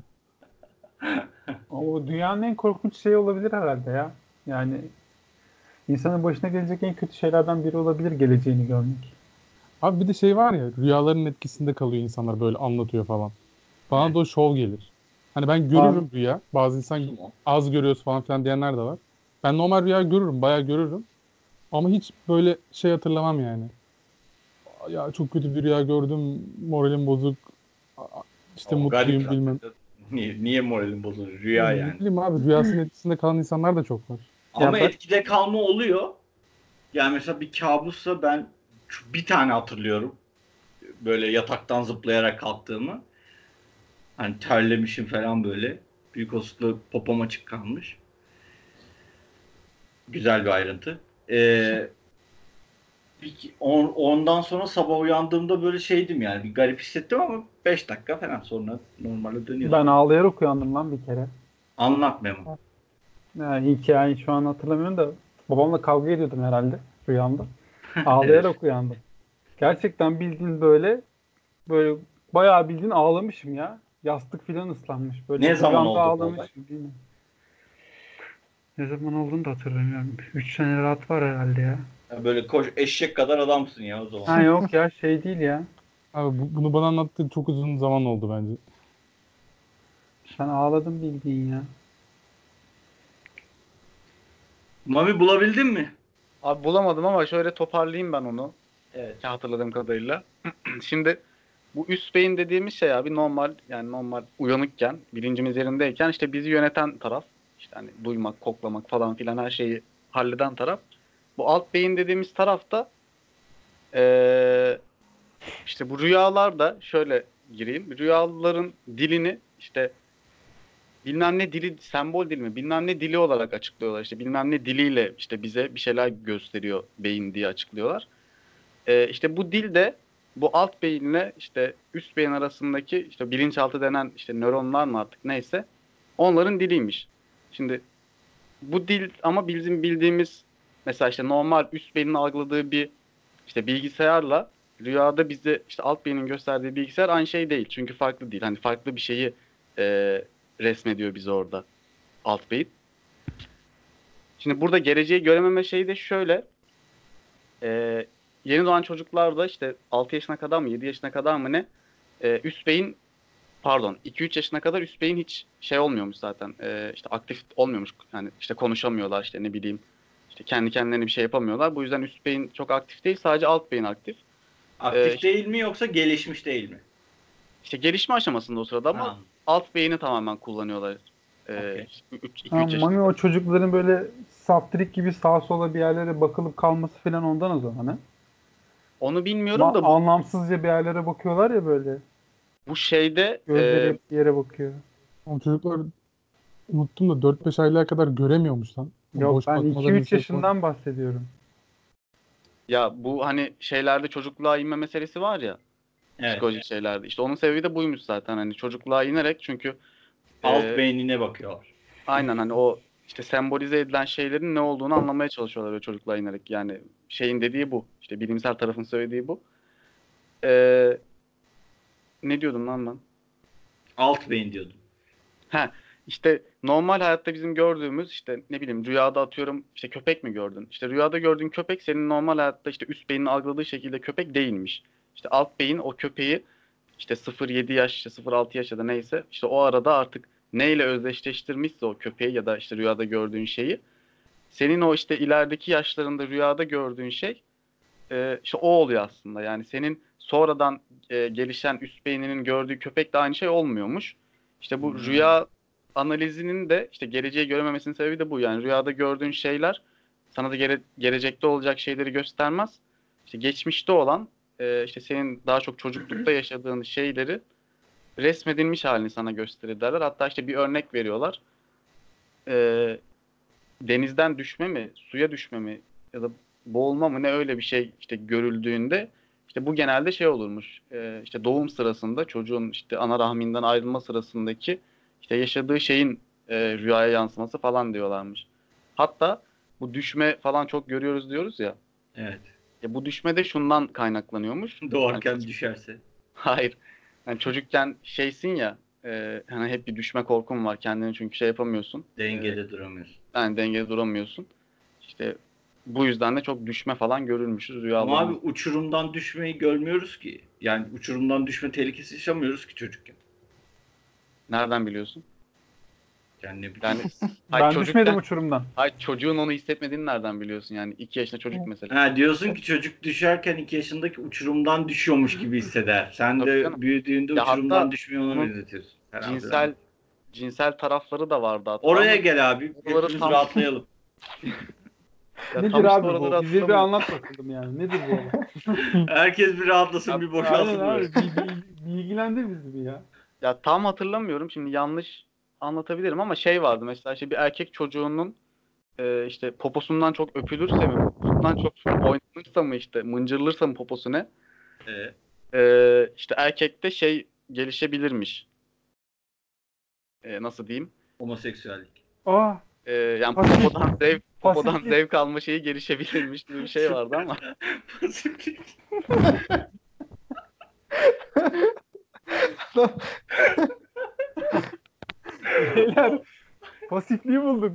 O dünyanın en korkunç şeyi olabilir herhalde ya. Yani insanın başına gelecek en kötü şeylerden biri olabilir geleceğini görmek. Abi bir de şey var ya, rüyaların etkisinde kalıyor insanlar, böyle anlatıyor falan. Bana da o şov gelir. Hani ben görürüm rüya. Bazı insan az görüyoruz falan filan diyenler de var. Ben normal rüya görürüm, bayağı görürüm. Ama hiç böyle şey hatırlamam yani. Ya çok kötü bir rüya gördüm, moralim bozuk, işte O garip mutluyum bilmem. zaten. Niye, niye moralin bozulur? Ya Rüya ne yani. bileyim abi, rüyasının etkisinde kalan insanlar da çok var. Ama Ya bak, etkide kalma oluyor. Yani mesela bir kabussa ben şu- bir tane hatırlıyorum. Böyle yataktan zıplayarak kalktığımı. Hani terlemişim falan böyle. Büyük olasılıkla popom açık kalmış. Güzel bir ayrıntı. Ee, bir- on- ondan sonra sabah uyandığımda böyle şeydim yani. Bir garip hissettim ama beş dakika falan sonra normale dönüyorsun. ben ağlayarak uyandım lan bir kere. Anlat Memo. Yani hikayeyi şu an hatırlamıyorum da babamla kavga ediyordum herhalde rüyamda. Evet. Ağlayarak uyandım. Gerçekten bildiğin böyle böyle bayağı bildiğin ağlamışım ya. Yastık filan ıslanmış. Böyle Ne zaman rüyamda oldu bu olay? ağlamışım. Bilmiyorum. Ne zaman olduğunu da hatırlamıyorum. Üç sene rahat var herhalde ya. Ya böyle koş eşek kadar adamsın ya o zaman. Ha yok ya, şey değil ya. Abi bu- bunu bana anlattığın çok uzun zaman oldu bence. Ben ağladım bildiğin ya. Mami bulabildin mi? Abi bulamadım ama şöyle toparlayayım ben onu. Evet. Hatırladığım kadarıyla. Şimdi bu üst beyin dediğimiz şey abi normal, yani normal uyanıkken, bilincimiz yerindeyken işte bizi yöneten taraf. İşte hani duymak, koklamak falan filan her şeyi halleden taraf. Bu alt beyin dediğimiz taraf da eee, işte bu rüyalarda şöyle gireyim. Rüyaların dilini işte bilmem ne dili, sembol dili mi, bilmem ne dili olarak açıklıyorlar. İşte bilmem ne diliyle işte bize bir şeyler gösteriyor beyin diye açıklıyorlar. Ee, işte bu dil de bu alt beyinle işte üst beyin arasındaki işte bilinçaltı denen işte nöronlar mı artık neyse onların diliymiş. Şimdi bu dil ama bizim bildiğimiz mesela işte normal üst beynin algıladığı bir işte bilgisayarla rüyada bize işte alt beynin gösterdiği bilgisayar aynı şey değil. Çünkü farklı değil. Hani farklı bir şeyi e, resmediyor bize orada alt beyin. Şimdi burada geleceği görememe şeyi de şöyle. E, Yeni doğan çocuklarda işte altı yaşına kadar mı yedi yaşına kadar mı ne e, üst beyin pardon iki üç yaşına kadar üst beyin hiç şey olmuyormuş zaten. E, işte aktif olmuyormuş. Yani işte konuşamıyorlar işte ne bileyim. İşte kendi kendilerine bir şey yapamıyorlar. Bu yüzden üst beyin çok aktif değil. Sadece alt beyin aktif. E, Aktif işte, değil mi yoksa gelişmiş değil mi? işte gelişme aşamasında o sırada ama Ha, alt beyni tamamen kullanıyorlar. E, okey. iki Ha, üç yaşında. Mami, o çocukların böyle saftirik gibi sağa sola bir yerlere bakılıp kalması falan ondan o zaman ha. Onu bilmiyorum Ma- da bu, anlamsızca bir yerlere bakıyorlar ya böyle. bu şeyde Gözleri e, hep bir yere bakıyor. Ama çocuklar, unuttum da, dört beş aylığa kadar göremiyormuş lan. O Yok, boş ben iki bakmaları bir üç şey yapmaları. yaşından bahsediyorum. ya bu hani şeylerde çocukluğa inme meselesi var ya. Evet. Psikolojik şeylerde. İşte onun sebebi de buymuş zaten. Hani çocukluğa inerek çünkü Alt e, beynine bakıyorlar. aynen hani o işte sembolize edilen şeylerin ne olduğunu anlamaya çalışıyorlar böyle çocukluğa inerek. Yani şeyin dediği bu. İşte bilimsel tarafın söylediği bu. Ee, ne diyordum lan ben? Alt beyin diyordum. Ha, işte normal hayatta bizim gördüğümüz işte ne bileyim rüyada atıyorum işte köpek mi gördün? İşte rüyada gördüğün köpek senin normal hayatta işte üst beynin algıladığı şekilde köpek değilmiş. İşte alt beyin o köpeği işte sıfır yedi yaş işte sıfır altı yaş ya da neyse işte o arada artık neyle özdeşleştirmişse o köpeği ya da işte rüyada gördüğün şeyi senin o işte ilerideki yaşlarında rüyada gördüğün şey e, işte o oluyor aslında. Yani senin sonradan e, gelişen üst beyninin gördüğü köpek de aynı şey olmuyormuş. İşte bu Hmm. rüya analizinin de işte geleceği görememesinin sebebi de bu. Yani rüyada gördüğün şeyler sana da gele- gelecekte olacak şeyleri göstermez. İşte geçmişte olan e, işte senin daha çok çocuklukta yaşadığın şeyleri resmedilmiş halini sana gösterir derler. Hatta işte bir örnek veriyorlar. E, denizden düşme mi, suya düşme mi ya da boğulma mı ne öyle bir şey işte görüldüğünde işte bu genelde şey olurmuş. E, işte doğum sırasında çocuğun işte ana rahminden ayrılma sırasındaki işte yaşadığı şeyin e, rüyaya yansıması falan diyorlarmış. Hatta bu düşme falan çok görüyoruz diyoruz ya. Evet. Ya bu düşme de şundan kaynaklanıyormuş. Hani Doğarken çocuk- düşerse. hayır. Yani çocukken şeysin ya e, hani hep bir düşme korkun var kendini çünkü şey yapamıyorsun. E, Dengede duramıyorsun. yani dengede duramıyorsun. İşte bu yüzden de çok düşme falan görülmüşüz Ama abi rüyalarımız. uçurumdan düşmeyi görmüyoruz ki. Yani uçurumdan düşme tehlikesi yaşamıyoruz ki çocukken. Nereden biliyorsun? Yani ne bileyim. Yani hay Ben düşmedim çocukken, uçurumdan. hay çocuğun onu hissetmediğini nereden biliyorsun? Yani iki yaşında çocuk mesela. Ha, diyorsun ki çocuk düşerken iki yaşındaki uçurumdan düşüyormuş gibi hisseder. Sen Tabii canım. de büyüdüğünde Ya uçurumdan hatta düşmeyi ona bunun benzetiyorsun. Falan filan. cinsel cinsel tarafları da vardı hatta Oraya ama gel abi. oraları Hepimiz tam rahatlayalım. ya Nedir tam işte abi oraları bu? Bize bir hatırlamıyorum. anlat bakalım yani. Nedir bu olay? Herkes bir rahatlasın, Ya, bir Aynen boşalsın böyle. abi. Bir, bir, bilgilendir bizi bir ya. ya tam hatırlamıyorum. Şimdi yanlış anlatabilirim ama şey vardı mesela işte bir erkek çocuğunun e, işte poposundan çok öpülürse mi, poposundan çok oynanırsa mı işte mıncırılırsa mı poposu ne? Ee, E, işte erkekte şey gelişebilirmiş. E, nasıl diyeyim? homoseksüellik. Ah, E, yani Pasif- popodan zevk, popodan pasiflik. zevk alma şeyi gelişebilirmiş gibi bir şey vardı ama. Pasiflik. Beyler pasifliği bulduk.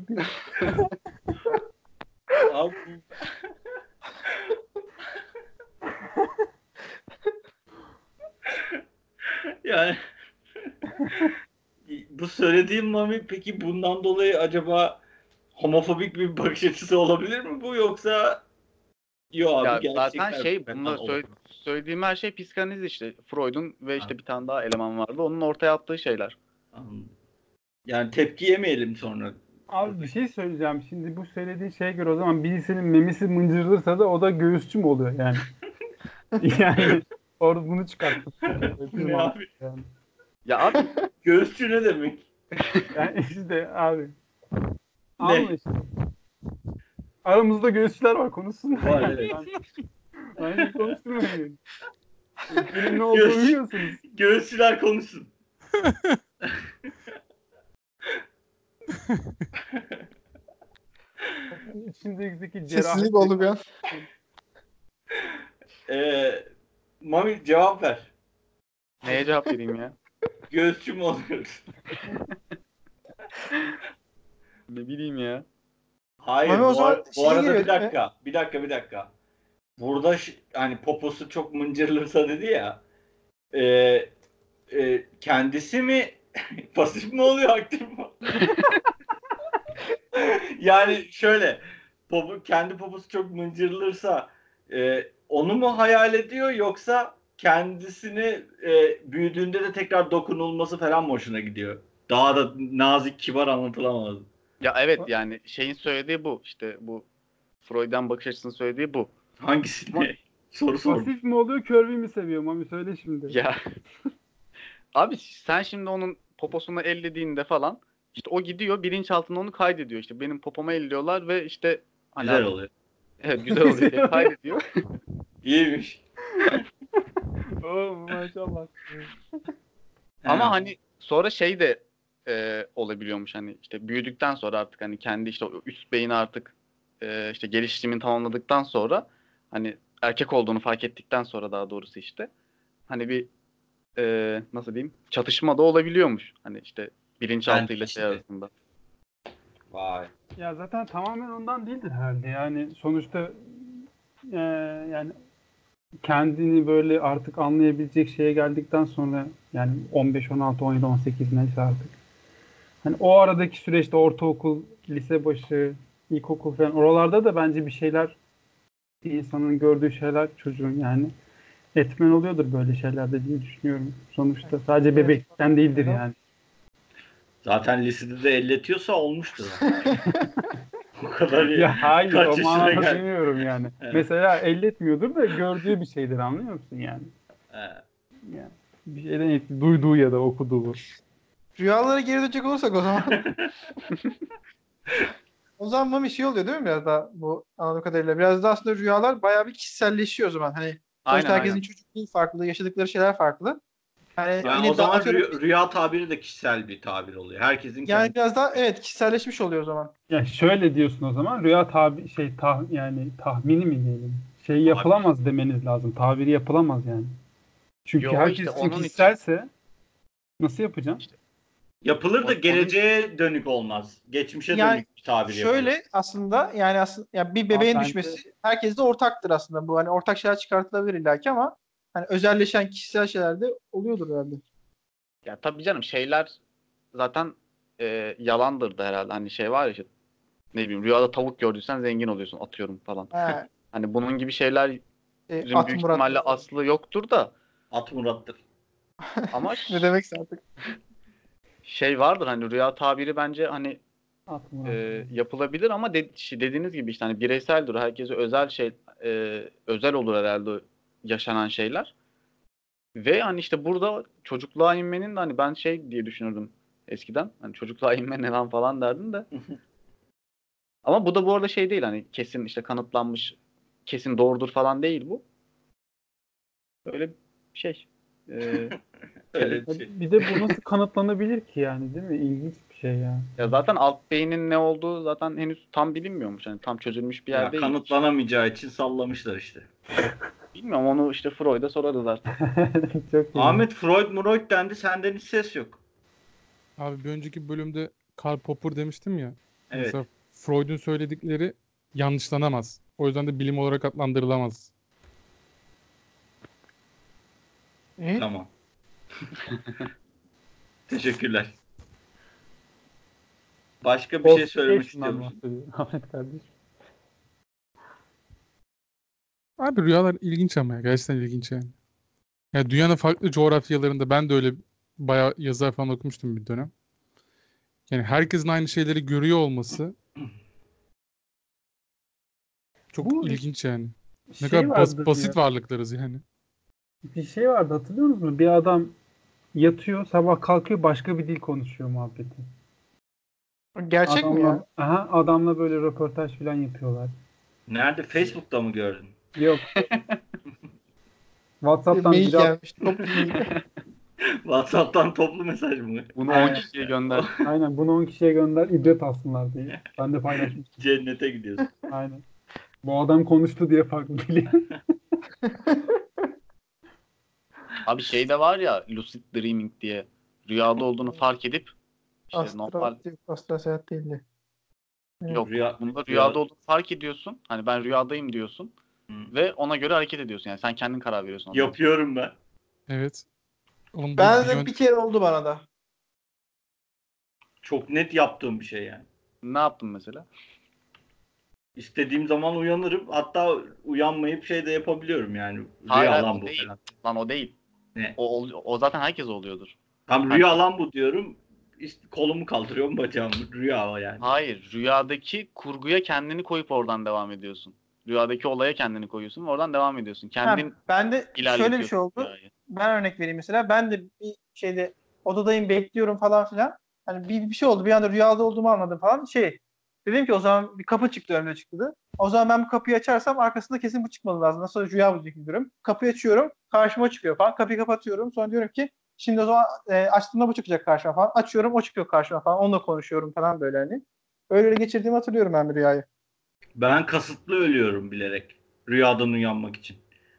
Abi bu- yani bu söylediğim Mami peki bundan dolayı acaba homofobik bir bakış açısı olabilir mi bu, yoksa yo abi Ya zaten gerçekler şey falan bunlar olabilir. sö- söylediğim her şey psikanaliz işte. Freud'un ve Ha, işte bir tane daha eleman vardı. Onun ortaya attığı şeyler. anladım. Yani tepki yemeyelim sonra. Abi bir şey söyleyeceğim. Şimdi bu söylediğin şeye göre o zaman birisinin memesi mıncırılırsa da o da göğüsçü mü oluyor yani? Yani orada bunu çıkarttık. Bu ne abi? Yani. Ya abi Göğüsçü ne demek? Yani işte abi. Anla Ne? işte. Aramızda göğüsçüler var konuşsunlar. Var, Yani. evet. Ben, ben konuşturmayın. Benim ne olduğumu Göğüs, biliyorsunuz. göğüsçüler konuşsun. İçindeki cerrahi. Sessizlik oldu bir an. Ee, Mami cevap ver. neye cevap vereyim ya? Göğüsçü mü oluyoruz? Ne bileyim ya. Hayır, Mami o bu, ar- zaman bu şeye arada giriyor bir değil mi? dakika. Bir dakika, bir dakika. Burada ş- hani poposu çok mıncırılırsa dedi ya. E, e, kendisi mi pasif mi oluyor, aktif mi? Yani şöyle, popo, kendi poposu çok mıncırılırsa e, onu mu hayal ediyor, yoksa kendisini e, büyüdüğünde de tekrar dokunulması falan mı hoşuna gidiyor? Daha da nazik, kibar anlatılamaz. Ya evet yani şeyin söylediği bu. İşte bu Freud'dan bakış açısının söylediği bu. Hangisini? Soru sormuş. Pasif mi oluyor, curvy mi seviyor? Mami söyle şimdi. Ya abi sen şimdi onun poposunu ellediğinde falan işte o gidiyor bilinçaltında onu kaydediyor. İşte benim popoma elliyorlar ve işte hani Güzel artık oluyor. evet, güzel oluyor diye kaydediyor. İyiymiş. Oo maşallah. Ama He. hani sonra şey de e, olabiliyormuş hani işte büyüdükten sonra artık hani kendi işte o üst beyni artık e, işte gelişimini tamamladıktan sonra hani erkek olduğunu fark ettikten sonra daha doğrusu işte hani bir e, nasıl diyeyim çatışma da olabiliyormuş. Hani işte bilinçaltıyla şey işte. arasında. Vay. Ya zaten tamamen ondan değildir herhalde. Yani sonuçta e, yani kendini böyle artık anlayabilecek şeye geldikten sonra yani on beş, on altı, on yedi, on sekiz neyse artık. Hani o aradaki süreçte ortaokul, lise başı, ilkokul falan oralarda da bence bir şeyler insanın gördüğü şeyler çocuğun yani etmen oluyordur böyle şeylerde diye düşünüyorum. Sonuçta sadece bebekten değildir yani. Zaten lisede de elletiyorsa olmuştur zaten. O kadar iyi. Ya hayır Kaç o yaşına manada gel. demiyorum yani. Evet. Mesela elletmiyordur da gördüğü bir şeydir anlıyor musun yani? He. Yani bir şeyden etki, duyduğu ya da okuduğu. Rüyalara geri dönecek olursak o zaman o zaman Mami şey oluyor değil mi biraz daha bu anladığım kadarıyla? Biraz da aslında rüyalar bayağı bir kişiselleşiyor o zaman. Hani sonuçta Aynen herkesin aynen. çocukluğu farklı, yaşadıkları şeyler farklı. Hani Yani o yine daha zaman atıyorum rüya, rüya tabiri de kişisel bir tabir oluyor. Herkesin yani kendi. biraz daha evet kişiselleşmiş oluyor o zaman. Ya şöyle diyorsun o zaman rüya tabi şey tah yani tahmini mi diyelim? Şey Tabiri. yapılamaz demeniz lazım. Tabiri yapılamaz yani. Çünkü Yo işte herkes için onun için kişiselse nasıl yapacaksın? işte Yapılır da o- onun geleceğe dönük olmaz. Geçmişe Yani dönük bir tabir yapılır. şöyle aslında yani aslında yani bir Abi bebeğin bence düşmesi herkeste ortaktır aslında bu. Hani ortak şeyler çıkartılabilir illaki ama hani özelleşen kişisel şeyler de oluyordur herhalde. ya tabii canım şeyler zaten e, yalandır da herhalde. Hani şey var ya işte ne bileyim rüyada tavuk gördüysen zengin oluyorsun atıyorum falan. He, Hani bunun gibi şeylerin e, At büyük Murat ihtimalle aslı yoktur da At Murat'tır. ama ne ş- demekse artık. şey vardır hani rüya tabiri bence hani at Murat. e, yapılabilir ama de, şey, dediğiniz gibi işte hani bireyseldir. Herkese özel şey e, özel olur herhalde o yaşanan şeyler. Ve hani işte burada çocukluğa inmenin de hani ben şey diye düşünürdüm eskiden. Hani çocukluğa inme ne lan falan derdim de. Ama bu da bu arada şey değil hani kesin işte kanıtlanmış kesin doğrudur falan değil bu. Böyle bir şey. Ee, Öyle bir Ya şey. bir de bu nasıl kanıtlanabilir ki yani değil mi? İlginç bir şey ya. ya zaten alt beynin ne olduğu zaten henüz tam bilinmiyormuş. Hani tam çözülmüş bir yer Ya değilmiş. kanıtlanamayacağı için sallamışlar işte. Bilmiyorum onu işte Freud'a sorarız artık. Çok iyi. Ahmet Freud Muraid dendi, senden hiç ses yok. Abi bir önceki bölümde Karl Popper demiştim ya. Evet. Mesela Freud'un söyledikleri yanlışlanamaz. O yüzden de bilim olarak adlandırılamaz. İyi. Tamam. Teşekkürler. Başka bir şey söylemek istiyor Falsification'dan musun? bahsediyor Ahmet kardeşim. Abi rüyalar ilginç ama ya. Gerçekten ilginç yani. Ya dünyanın farklı coğrafyalarında ben de öyle bayağı yazar falan okumuştum bir dönem. Yani herkesin aynı şeyleri görüyor olması çok Bu ilginç yani. Ne şey kadar bas- vardır ya. basit varlıklarız yani. Bir şey vardı hatırlıyor musunuz? Bir adam yatıyor sabah kalkıyor başka bir dil konuşuyor muhabbeti. Gerçek mi Adamla ya? aha, adamla böyle röportaj falan yapıyorlar. Nerede? Facebook'ta mı gördün? Yok. Bir WhatsApp'tan mail biri at. gelmiş. Toplu mail. WhatsApp'tan toplu mesaj mı? Bunu on Aynen. kişiye gönder. Aynen bunu on kişiye gönder ibret alsınlar diye. Ben de paylaşmıştım. Cennete gidiyorsun. Aynen. Bu adam konuştu diye farklı biliyor. Abi şey de var ya lucid dreaming diye rüyada olduğunu fark edip işte Astral, normal yok, astral seyahat değildi. Evet. yok Rüya, bunda rüya... rüyada olduğunu fark ediyorsun. Hani ben rüyadayım diyorsun Hı. ve ona göre hareket ediyorsun. Yani sen kendin karar veriyorsun ondan sonra. Yapıyorum ben. Evet. Oğlum bu Ben de Beyond... bir kere oldu bana da. Çok net yaptığım bir şey yani. Ne yaptın mesela? İstediğim zaman uyanırım. Hatta uyanmayıp şey de yapabiliyorum yani. Hayır Rüya hayır lan o bu değil. falan. Lan o değil. Ne? O, o, o zaten herkes oluyordur. Tam Hani rüya lan bu diyorum. İşte kolumu kaldırıyorum bacağımı. Rüya o yani. hayır rüyadaki kurguya kendini koyup oradan devam ediyorsun. Rüyadaki olaya kendini koyuyorsun ve oradan devam ediyorsun. Ha, Kendin ben de şöyle bir ilerletiyorsun şey oldu. rüyayı. Ben örnek vereyim mesela. Ben de bir şeyde odadayım bekliyorum falan filan. Hani bir, bir şey oldu. Bir anda rüyada olduğumu anladım falan. Şey dedim ki o zaman bir kapı çıktı önüme çıktı. O zaman ben bu kapıyı açarsam arkasında kesin bu çıkmalı lazım. Nasıl olsa rüya bulacak diyorum. Kapıyı açıyorum. Karşıma çıkıyor falan. Kapıyı kapatıyorum. Sonra diyorum ki şimdi o zaman e, açtığımda bu çıkacak karşıma falan. Açıyorum o çıkıyor karşıma falan. Onunla konuşuyorum falan böyle hani. Öyle geçirdiğimi hatırlıyorum ben bir rüyayı. Ben kasıtlı ölüyorum bilerek. Rüyadan uyanmak için.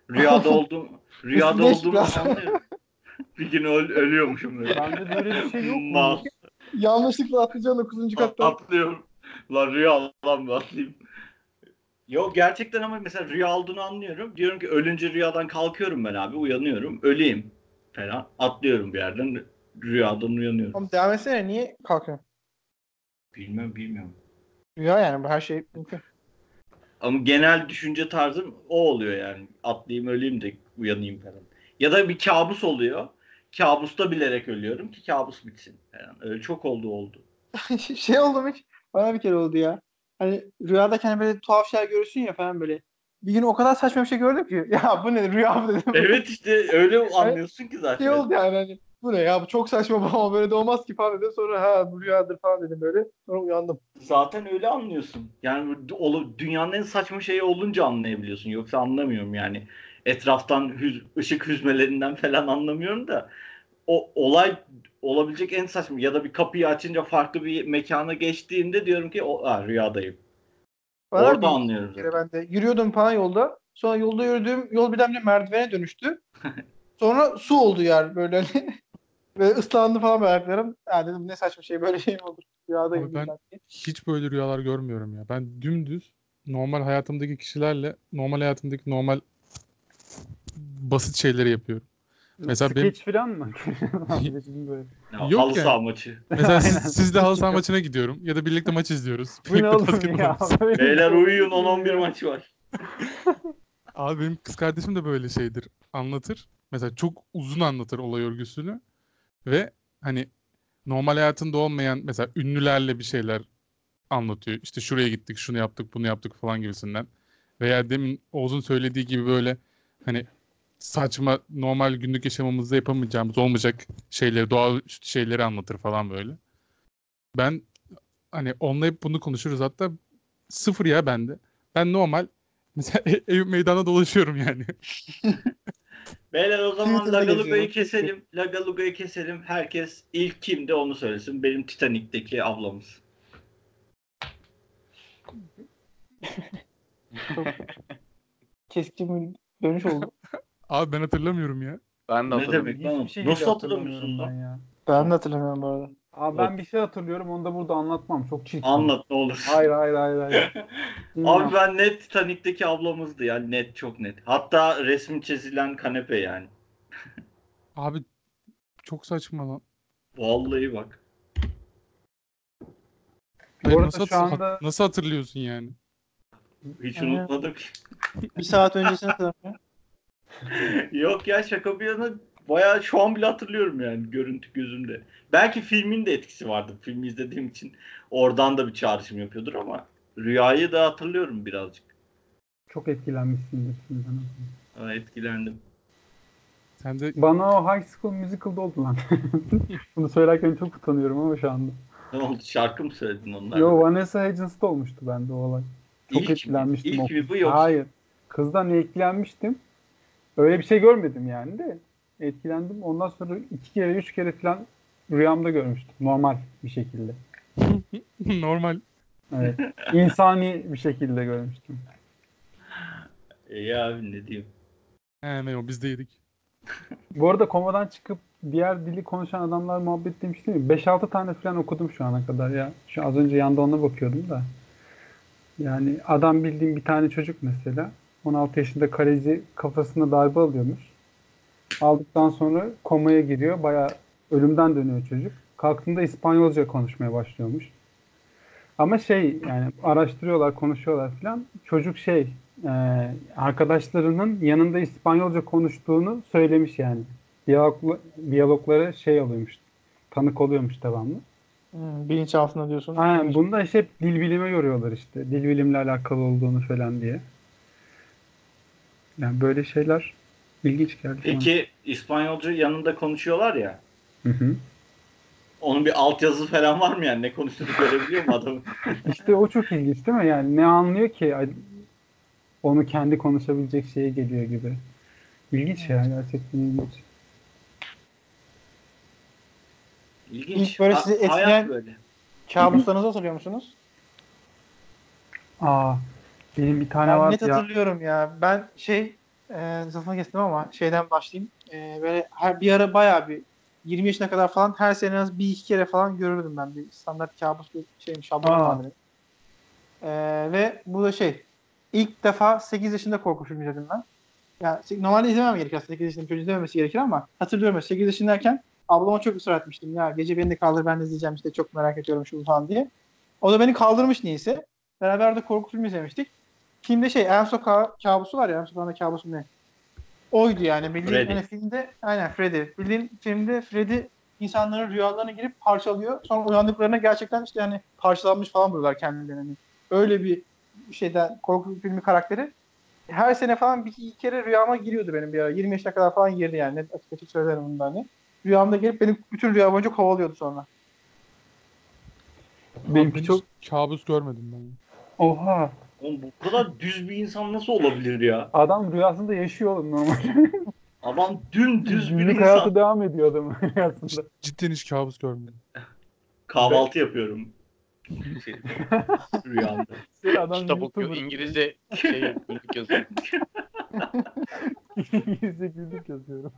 Rüyada olduğum rüyada Üstüne olduğumu biraz. anlıyorum. Bir gün öl- ölüyormuşum böyle. Bende böyle bir şey yok mu? Mal. Yanlışlıkla atlayacaksın dokuzuncu kattan. Atlıyorum. Lan rüya lan mı atlayayım? Yok gerçekten ama mesela rüya olduğunu anlıyorum. Diyorum ki ölünce rüyadan kalkıyorum ben abi. Uyanıyorum. Öleyim falan. Atlıyorum bir yerden. Rüyadan uyanıyorum. Oğlum devam etsene, niye kalkıyorsun? Bilmem bilmiyorum. Rüya yani, bu her şey mümkün. Ama genel düşünce tarzım o oluyor yani. Atlayayım öleyim de uyanayım falan. Ya da bir kabus oluyor. Kabusta bilerek ölüyorum ki kabus bitsin falan. Öyle çok oldu oldu. Şey oldu mu hiç? Bana bir kere oldu ya. Hani rüyadayken hani böyle tuhaf şeyler görürsün ya falan böyle. Bir gün o kadar saçma bir şey gördüm ki. Ya bu ne, rüya mı dedim. Evet işte öyle anlıyorsun ki zaten. Şey oldu yani hani. Bu ne ya, bu çok saçma ama böyle de olmaz ki falan dedim. Sonra ha bu rüyadır falan dedim böyle. Sonra uyandım. Zaten öyle anlıyorsun. Yani olu- dünyanın en saçma şeyi olunca anlayabiliyorsun. Yoksa anlamıyorum yani. Etraftan hüz, ışık hüzmelerinden falan anlamıyorum da o olay olabilecek en saçma ya da bir kapıyı açınca farklı bir mekana geçtiğinde diyorum ki o ha, rüyadayım. Bana Orada bir anlıyorum kere zaten. ben de yürüyordum falan yolda. Sonra yolda yürüdüğüm yol birdenbire merdivene dönüştü. Sonra su oldu yer böyle hani. Ve ıslandı falan ayaklarım. Ya dedim ne saçma şey, böyle şey mi olur? Rüyadayım Abi ben bilmem diye. hiç böyle rüyalar görmüyorum ya. Ben dümdüz normal hayatımdaki kişilerle normal hayatımdaki normal basit şeyleri yapıyorum. Mesela benim Skeç falan mı? Abi bizim böyle. Ya, halı yok yani. saha maçı. Mesela siz, Aynen. sizle halı saha Çıkıyor. maçına gidiyorum ya da birlikte maç izliyoruz. Bu ne Birlikte oğlum basketbol ya? oynuyoruz. Böyle bir Beyler şey uyuyun olur on mu on bir ya? maçı var. Abi benim kız kardeşim de böyle şeydir. Anlatır. Mesela çok uzun anlatır olay örgüsünü ve hani normal hayatında olmayan mesela ünlülerle bir şeyler anlatıyor. İşte şuraya gittik, şunu yaptık, bunu yaptık falan gibisinden. Veya demin Oğuz'un söylediği gibi böyle hani saçma normal günlük yaşamımızda yapamayacağımız olmayacak şeyleri, doğaüstü şeyleri anlatır falan böyle. Ben hani onunla hep bunu konuşuruz. Hatta sıfır ya bende. Ben normal mesela Eyüp Meydan'a dolaşıyorum yani. Beyler o zaman Twitter'da Lagaluga'yı geziyorum. keselim. Lagaluga'yı keselim. Herkes ilk kimdi onu söylesin. Benim Titanic'teki ablamız. Çok keskin bir dönüş oldu. Abi ben hatırlamıyorum ya. Ben de Ne demek hatırlamıyorum. Hiçbir lan? şey Nasıl hatırlamıyorum hatırlamıyorsun ben lan? ya. Ben de hatırlamıyorum bu arada. Abi ben bir şey hatırlıyorum, onu da burada anlatmam. Çok çirkin. Anlat ne olur. Hayır hayır hayır hayır. Abi Bilmiyorum. ben net Titanic'teki ablamızdı ya. Net çok net. Hatta resmi çizilen kanepe yani. Abi çok saçma lan. Vallahi bak. Bu Hayır, arada nasıl, şu hat- hat- anda nasıl hatırlıyorsun yani? Hiç Aynen. unutmadım ki. Bir saat öncesine kadar. Yok ya şaka bir yana bayağı şu an bile hatırlıyorum yani görüntü gözümde. Belki filmin de etkisi vardır. Filmi izlediğim için oradan da bir çağrışım yapıyordur ama rüyayı da hatırlıyorum birazcık. çok etkilenmişsindir filmden. Aa, etkilendim. Sen de Bana o High School Musical'da oldu lan. Bunu söylerken çok utanıyorum ama şu anda. Ne oldu? Şarkı mı söyledin onlarla? Yo, Vanessa Hudgens'da olmuştu bende o olay. Çok İlk mi? etkilenmiştim İlk o mi kız. bu yoksa? Hayır. Kızdan etkilenmiştim. Öyle bir şey görmedim yani de. Etkilendim. Ondan sonra iki kere, üç kere falan rüyamda görmüştüm. Normal bir şekilde. normal. Evet. İnsani bir şekilde görmüştüm. E ya abi ne diyeyim. He ne o biz de yedik. Bu arada komadan çıkıp diğer dili konuşan adamlar muhabbet demiştim mi? beş altı tane falan okudum şu ana kadar ya. Şu az önce yanda ona bakıyordum da. Yani adam bildiğim bir tane çocuk mesela. on altı yaşında kaleci kafasına darbe alıyormuş. Aldıktan sonra komaya giriyor. Bayağı ölümden dönüyor çocuk. Kalktığında İspanyolca konuşmaya başlıyormuş. Ama şey yani araştırıyorlar, konuşuyorlar falan. Çocuk şey e, arkadaşlarının yanında İspanyolca konuştuğunu söylemiş yani. Diyalog, diyalogları şey oluyormuş. Tanık oluyormuş devamlı. Hmm, bilinç altında diyorsun. Aynen, bunu da işte hep dil bilime yoruyorlar işte. Dil bilimle alakalı olduğunu falan diye. Yani böyle şeyler ilginç geldi şu an. Peki İspanyolca yanında konuşuyorlar ya. Hı hı. Onun bir altyazı falan var mı yani? Ne konuştuğunu görebiliyor mu adam? İşte o çok ilginç değil mi? Yani ne anlıyor ki onu kendi konuşabilecek şeye geliyor gibi. İlginç ya, gerçekten ilginç. İlginç. İlk böyle Ha- sizi hayat etkileyen böyle. kabuslarınızı hatırlıyor musunuz? Aa, benim bir tane Ben net vardı ya. hatırlıyorum ya. Ben şey e, lafını kestim ama şeyden başlayayım. E, böyle her bir ara bayağı bir yirmi yaşına kadar falan her sene en az bir iki kere falan görürdüm ben. Bir standart kabus bir şeyim şablonum Aa. vardı. E, ve bu da şey ilk defa sekiz yaşında korku filmi izledim ben. Yani normalde izlemem gerekiyor. sekiz yaşında bir çocuğun izlememesi gerekir ama hatırlıyorum sekiz yaşındayken ablama çok ısrar etmiştim. Ya gece beni de kaldır ben de izleyeceğim işte çok merak ediyorum şu falan diye. O da beni kaldırmış neyse. Beraber de korku filmi izlemiştik. Filmde şey Elm Sokağı kabusu var ya. Elm Sokağı'nda kabusu ne? Oydu yani. Bildiğin Freddy. hani filmde aynen Freddy. Bildiğin filmde Freddy insanların rüyalarına girip parçalıyor. Sonra uyandıklarına gerçekten işte hani parçalanmış falan buluyorlar kendilerini. Öyle bir şeyden korku filmi karakteri. Her sene falan bir iki kere rüyama giriyordu benim bir ara. yirmi yaşına kadar falan girdi yani. Net açık açık söylerim bunu da hani. Rüyamda gelip beni bütün rüya boyunca kovalıyordu sonra. Benimki Ben çok... hiç kabus görmedim ben. Oha. Oğlum bu kadar düz bir insan nasıl olabilir ya? Adam rüyasında yaşıyor oğlum normalde. Adam dümdüz bir Günlük hayatı insan. devam ediyor adamın rüyasında. Cidden hiç kabus görmedim. Kahvaltı yapıyorum. Şey, rüyamda. Şey, adam Kitap okuyor. YouTuber. İngilizce şey günlük yazıyor. İngilizce günlük yazıyorum.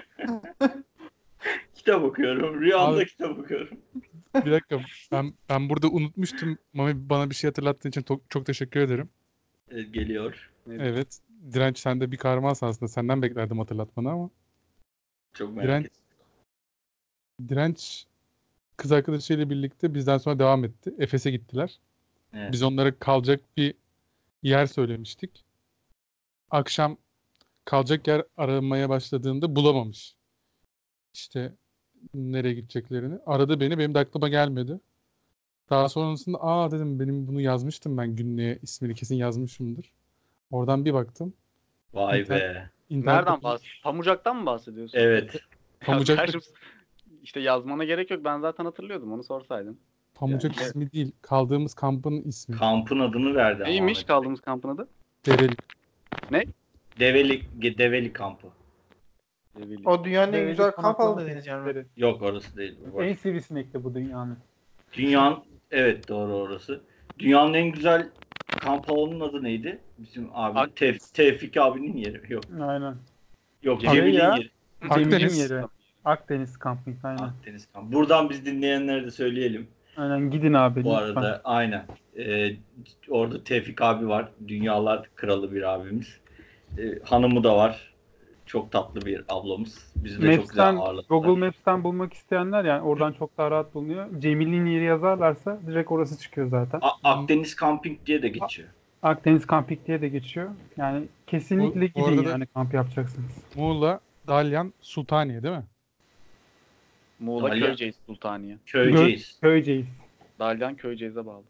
Kitap okuyorum. Rüyamda Abi- kitap okuyorum. Bir dakika ben ben burada unutmuştum. Mami bana bir şey hatırlattığın için çok, çok teşekkür ederim. Ee, geliyor. Evet. Direnç sen de bir kahramansın aslında. Senden beklerdim hatırlatmanı ama. Çok merak Direnç, ettim. Direnç kız arkadaşıyla birlikte bizden sonra devam etti. Efes'e gittiler. Evet. Biz onlara kalacak bir yer söylemiştik. Akşam kalacak yer aramaya başladığında bulamamış. İşte nereye gideceklerini. Aradı beni. Benim de aklıma gelmedi. Daha sonrasında aa dedim benim bunu yazmıştım ben günlüğe. İsmini kesin yazmışımdır. Oradan bir baktım. Vay İnternet, be. internette Nereden bahsediyorsun? Pamucak'tan mı bahsediyorsun? Evet. Pamucak, Kardeşim, işte yazmana gerek yok. Ben zaten hatırlıyordum. Onu sorsaydın. Pamucak Yani- ismi değil. Kaldığımız kampın ismi. Kampın adını verdi ama Neymiş Ahmet. kaldığımız kampın adı? Dereli. Develi, Develi kampı. O dünyanın en Develi güzel kamp konaklama alanı dediniz yani. tesisleri. Yok orası değil. Bu En var. sivrisinekli bu dünyanın. Dünyanın evet doğru orası. Dünyanın en güzel kamp alanının adı neydi? Bizim abi Akdeniz. Tevfik, Tevfik abinin yeri. Yok. Aynen. Yok Şey Cemil'in ya. yeri. Cemil'in Akdeniz. yeri. Akdeniz kamping aynen. Akdeniz kampı. Buradan biz dinleyenlere de söyleyelim. Aynen gidin abi Bu lütfen. arada aynen. Ee, orada Tevfik abi var. Dünyalar kralı bir abimiz. Ee, hanımı da var. Çok tatlı bir ablamız. Bizi de çok güzel Maps'ten, ağırladılar. Google Maps'ten bulmak isteyenler yani oradan çok daha rahat bulunuyor. Cemil'in yeri yazarlarsa direkt orası çıkıyor zaten. A- Akdeniz Camping diye de geçiyor. Akdeniz Camping diye de geçiyor. Yani kesinlikle Bu- bu gidin arada da- yani kamp yapacaksınız. Muğla, Dalyan, Sultaniye değil mi? Muğla Dalyan. Köyceğiz Sultaniye. Köyceğiz. Köyceğiz. Dalyan Köyceğiz'e bağlı.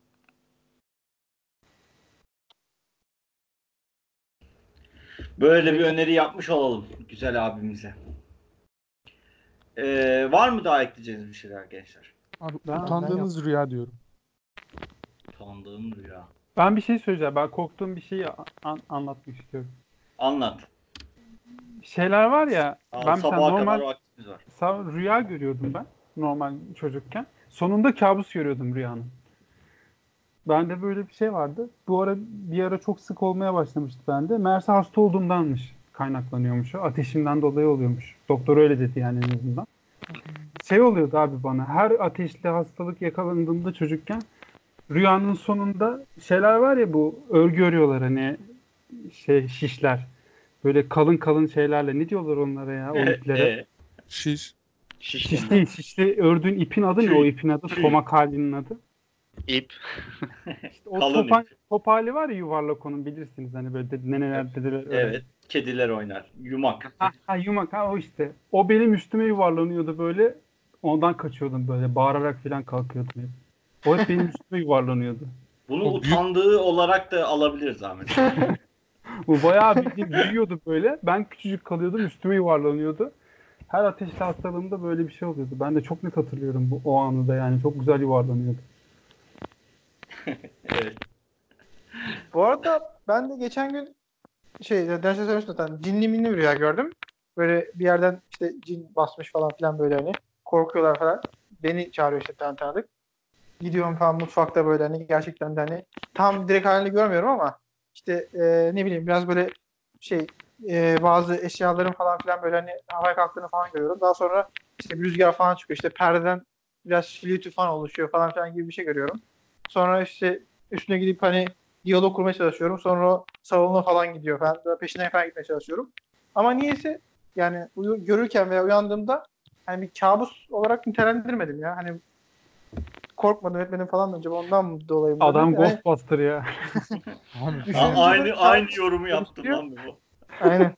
Böyle bir öneri yapmış olalım güzel abimize. Ee, var mı daha ekleyeceğiniz bir şeyler gençler? Abi Ben- utandığınız rüya diyorum. Utandığım rüya. Ben bir şey söyleyeceğim. Ben korktuğum bir şeyi an- anlatmak istiyorum. Anlat. Şeyler var ya Aa, ben mesela sabaha normal kadar vaktimiz var. sa- rüya görüyordum ben normal çocukken. Sonunda kabus görüyordum rüyanın. Bende böyle bir şey vardı. Bu ara bir ara çok sık olmaya başlamıştı bende. Meğerse hasta olduğumdanmış kaynaklanıyormuş o. Ateşimden dolayı oluyormuş. Doktor öyle dedi yani en azından. Şey oluyordu abi bana. Her ateşli hastalık yakalandığımda çocukken rüyanın sonunda şeyler var ya bu örgü örüyorlar hani şey şişler. Böyle kalın kalın şeylerle. Ne diyorlar onlara ya o iplere? Ee, Şiş. Şiş Şiş deniyor. değil. Şişli ördüğün ipin adı ne? Tüy. O ipin adı. Tüy. Tomak halinin adı. İp. İşte o Kalın top, ip. top hali var ya yuvarlak onun bilirsiniz hani böyle de, neneler dedeler öyle. evet. Kediler oynar. Yumak. Ha, ha yumak ha o işte. O benim üstüme yuvarlanıyordu böyle. Ondan kaçıyordum böyle. Bağırarak falan kalkıyordum hep. O hep benim üstüme yuvarlanıyordu. Bunu O büyük- utandığı olarak da alabiliriz Ahmet. Bu bayağı bildiğin büyüyordu böyle. Ben küçücük kalıyordum üstüme yuvarlanıyordu. Her ateşli hastalığımda böyle bir şey oluyordu. Ben de çok net hatırlıyorum bu o anı da yani. Çok güzel yuvarlanıyordu. Evet. Bu arada ben de geçen gün şey derste söylemiştim zaten cinli minli bir rüya gördüm. Böyle bir yerden işte cin basmış falan filan böyle hani korkuyorlar falan. Beni çağırıyor işte tane tanıdık. Gidiyorum falan mutfakta böyle hani gerçekten de hani tam direkt halini görmüyorum ama işte e, ne bileyim biraz böyle şey e, bazı eşyaların falan filan böyle hani havaya kalktığını falan görüyorum. Daha sonra işte bir rüzgar falan çıkıyor. İşte perdeden biraz şili tufan oluşuyor falan filan gibi bir şey görüyorum. Sonra işte üstüne gidip hani diyalog kurmaya çalışıyorum. Sonra o salona falan gidiyor falan. Böyle peşinden falan gitmeye çalışıyorum. Ama niyeyse yani uyu- görürken veya uyandığımda hani bir kabus olarak nitelendirmedim ya. Hani korkmadım etmedim falan acaba ondan mı dolayı mı? Adam Yani Ghostbuster ya. Abi ben A- düşününce aynı böyle aynı kabus yorumu yaptım oluşturuyor. lan bu. Aynen.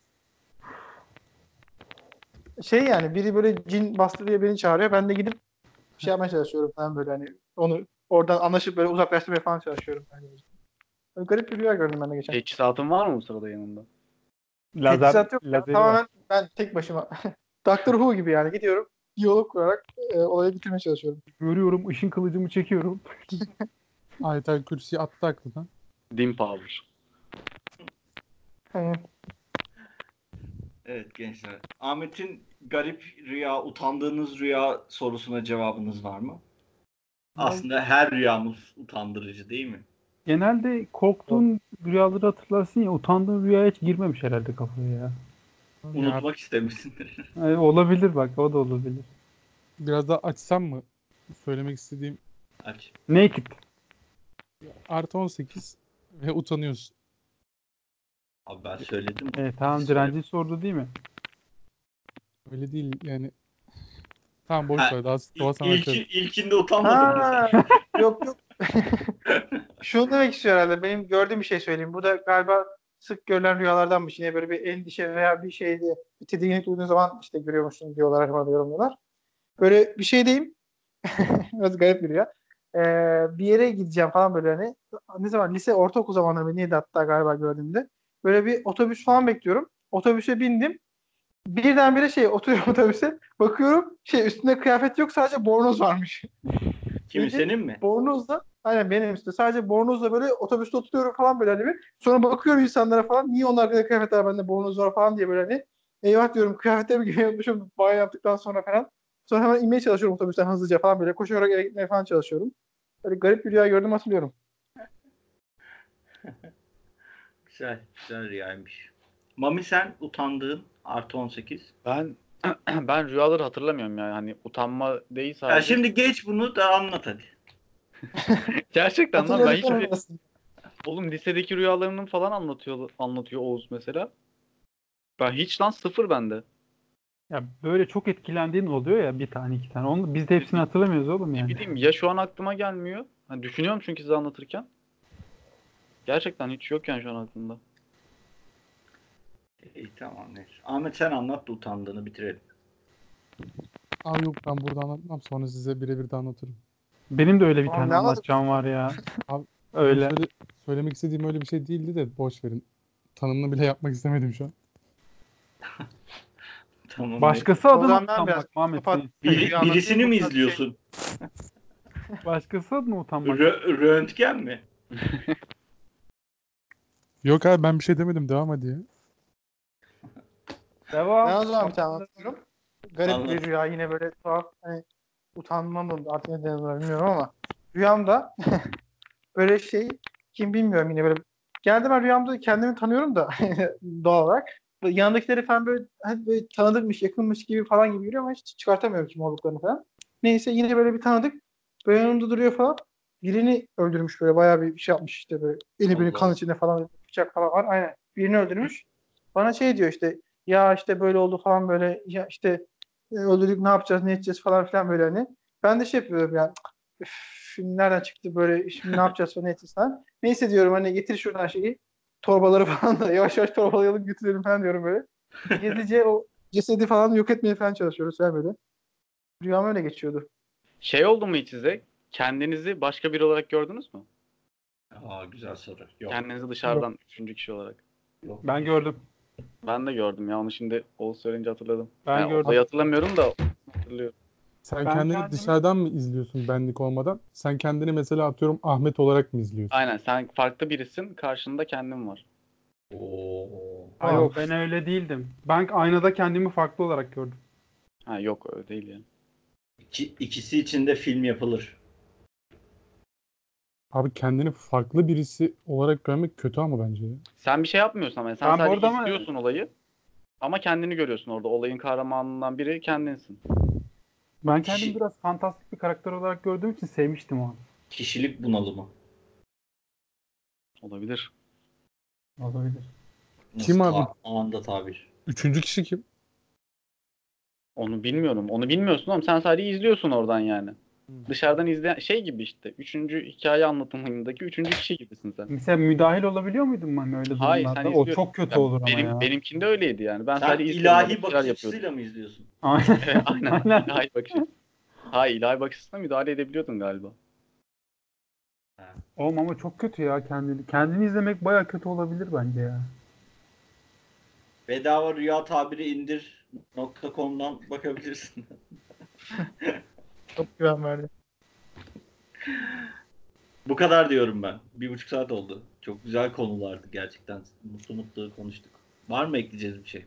Şey yani biri böyle cin bastı diye beni çağırıyor. Ben de gidip bir şey yapmaya çalışıyorum falan böyle hani onu oradan anlaşıp böyle uzaklaştırmaya falan çalışıyorum. Yani. Böyle garip bir rüya gördüm ben de geçen. Teçhizatın var mı bu sırada yanında? Lazer, Teçhizat yok ya. lazeri var. Tamamen ben tek başıma. Doctor Who gibi yani gidiyorum. Diyalog kurarak e, olayı bitirmeye çalışıyorum. Görüyorum, ışın kılıcımı çekiyorum. Ayetel Kürsi attı aklına. Dim Power. Hani, Evet gençler. Ahmet'in garip rüya, utandığınız rüya sorusuna cevabınız var mı? Aslında her rüyamız utandırıcı değil mi? Genelde korktuğun rüyaları hatırlarsın ya, utandığın rüyaya hiç girmemiş herhalde kafaya ya. Ya Unutmak istemişsindir. Yani olabilir bak, o da olabilir. biraz daha açsam mı? Söylemek istediğim Aç. Naked. artı on sekiz ve utanıyorsun. Abi ben söyledim. Evet, tamam, Söyle. direnci sordu değil mi? Öyle değil yani. Tamam boş Ha, ver daha, il- daha sana ilki, açarım. ilkinde utanmadın mı sen? ha yok yok. Şunu demek istiyor herhalde. Benim gördüğüm bir şey söyleyeyim. Bu da galiba sık görülen rüyalardanmış. Yine böyle bir endişe veya bir şeydi. Bir tedirginlik duyduğun zaman işte görüyormuşsun diyorlar. Bana yorumluyorlar. Böyle bir şeydeyim. Biraz garip bir rüya. Ee, bir yere gideceğim falan böyle hani. Ne zaman? Lise, ortaokul zamanları neydi hatta galiba gördüğümde. Böyle bir otobüs falan bekliyorum. Otobüse bindim. Birdenbire şey oturuyorum otobüse. Bakıyorum şey üstünde kıyafet yok sadece bornoz varmış. Kimi Bildiğin senin mi? bornozla aynen benim işte sadece bornozla böyle otobüste oturuyorum falan böyle hani bir. Sonra bakıyorum insanlara falan niye onlar kadar kıyafet var bende bornoz var falan diye böyle hani eyvah diyorum kıyafetlerimi giymeyi unutmuşum banyo yaptıktan sonra falan. Sonra hemen inmeye çalışıyorum otobüsten hızlıca falan böyle koşarak eve gitmeye falan çalışıyorum. Böyle garip bir rüya gördüm hatırlıyorum. Güzel. Güzel rüyaymış. Mami sen utandığın artı on sekiz. Ben ben rüyaları hatırlamıyorum yani. Hani utanma değil Ya sadece. şimdi geç bunu da anlat hadi. Gerçekten lan ben Hatırladıklarım hiçbir arasında. oğlum lisedeki rüyalarının falan anlatıyor anlatıyor Oğuz mesela. Ben hiç lan sıfır bende. Ya böyle çok etkilendiğin oluyor ya, bir tane iki tane. Onu, biz de Ne, hepsini hatırlamıyoruz oğlum ne yani. bileyim ya şu an aklıma gelmiyor. Hani düşünüyorum çünkü size anlatırken. Gerçekten hiç yok yani şu an aklımda. İyi tamam neyse. Ahmet sen anlat da utandığını bitirelim. Aa yok ben burada anlatmam sonra size birebir de anlatırım. Benim de öyle bir Tamam tane ne anladık? anlatacağım var ya. Abi benim Öyle. söyle, söylemek istediğim öyle bir şey değildi de boş verin. Tanımını bile yapmak istemedim şu an. Tamam neyse. Başkası O adına zaman ben biraz utanmak Mehmet kapat senin. Biri, rüya anlatayım. birisini Bu mi tarz bir şey. izliyorsun? Başkası adına utanmak. Rö- röntgen mi? Yok abi ben bir şey demedim devam hadi ya. Ben Devam. o zaman bir tane anlatıyorum. Garip bir Anlat. rüya yine böyle tuhaf hani utanma mı artık ne denir bilmiyorum ama rüyamda böyle şey kim bilmiyorum yine böyle geldi ben rüyamda kendimi tanıyorum da doğal olarak. Böyle yanındakileri falan böyle, hani böyle tanıdıkmış, yakınmış gibi falan gibi geliyor ama hiç çıkartamıyorum kim olduklarını falan. Neyse yine böyle bir tanıdık. Böyle yanımda duruyor falan. Birini öldürmüş böyle bayağı bir şey yapmış işte böyle eli böyle Allah kan Allah. içinde falan bıçak falan var. Aynen. Birini öldürmüş. Bana şey diyor işte ya işte böyle oldu falan böyle ya işte e, öldürdük ne yapacağız ne edeceğiz falan filan böyle hani. Ben de şey yapıyorum yani üf, şimdi nereden çıktı böyle şimdi ne yapacağız falan ne edeceğiz falan. Neyse diyorum hani getir şuradan şeyi torbaları falan da yavaş yavaş torbalayalım götürelim falan diyorum böyle. Gizlice o cesedi falan yok etmeye falan çalışıyoruz falan böyle. Rüyam öyle geçiyordu. Şey oldu mu hiç size? Kendinizi başka biri olarak gördünüz mü? Aa güzel soru. Yok. Kendinizi Yok. dışarıdan üçüncü kişi olarak. Yok. Ben gördüm. Ben de gördüm ya onu şimdi Oğuz söyleyince hatırladım. Ben Yani gördüm. olayı hatırlamıyorum da hatırlıyorum. Sen Ben kendini kendimi dışarıdan mı izliyorsun benlik olmadan? Sen kendini mesela atıyorum Ahmet olarak mı izliyorsun? Aynen sen farklı birisin karşında kendin var. Oo. Ha Aa, yok, ben öyle değildim. Ben aynada kendimi farklı olarak gördüm. Ha yok öyle değil yani. İki, ikisi için de film yapılır. Abi kendini farklı birisi olarak görmek kötü ama bence ya. Sen bir şey yapmıyorsun ama sen Ben bu sadece arada ama- izliyorsun olayı. Ama kendini görüyorsun orada. Olayın kahramanından biri kendinsin. Ben kendimi Kişi- biraz fantastik bir karakter olarak gördüğüm için sevmiştim onu. Kişilik bunalımı. Olabilir. Olabilir. Nasıl Kim abi? ta- anda tabir. Üçüncü kişi kim? Onu bilmiyorum. Onu bilmiyorsun ama sen sadece izliyorsun oradan yani. Hmm. Dışarıdan izleyen şey gibi işte. Üçüncü hikaye anlatımındaki üçüncü kişi gibisin sen. Mesela müdahil olabiliyor muydun ben öyle Hayır, sen durumlarda? O izliyorsun. çok kötü Ya olur ama benim, ya. Benimkinde öyleydi yani. Ben Sen sadece izliyorum. orada ilahi bir bakış şeyler yapıyordum. açısıyla mı izliyorsun? Aynen. Evet, aynen. Aynen. İlahi bakış açısı. Hayır, ilahi bakış açısına müdahale edebiliyordun galiba. Oğlum ama çok kötü ya kendini. Kendini izlemek baya kötü olabilir bence ya. Bedava rüya tabiri indir nokta com'dan bakabilirsin. Çok güven verdi. Bu kadar diyorum ben. Bir buçuk saat oldu. Çok güzel konulardı gerçekten. Mutlu mutlu konuştuk. Var mı ekleyeceğiz bir şey?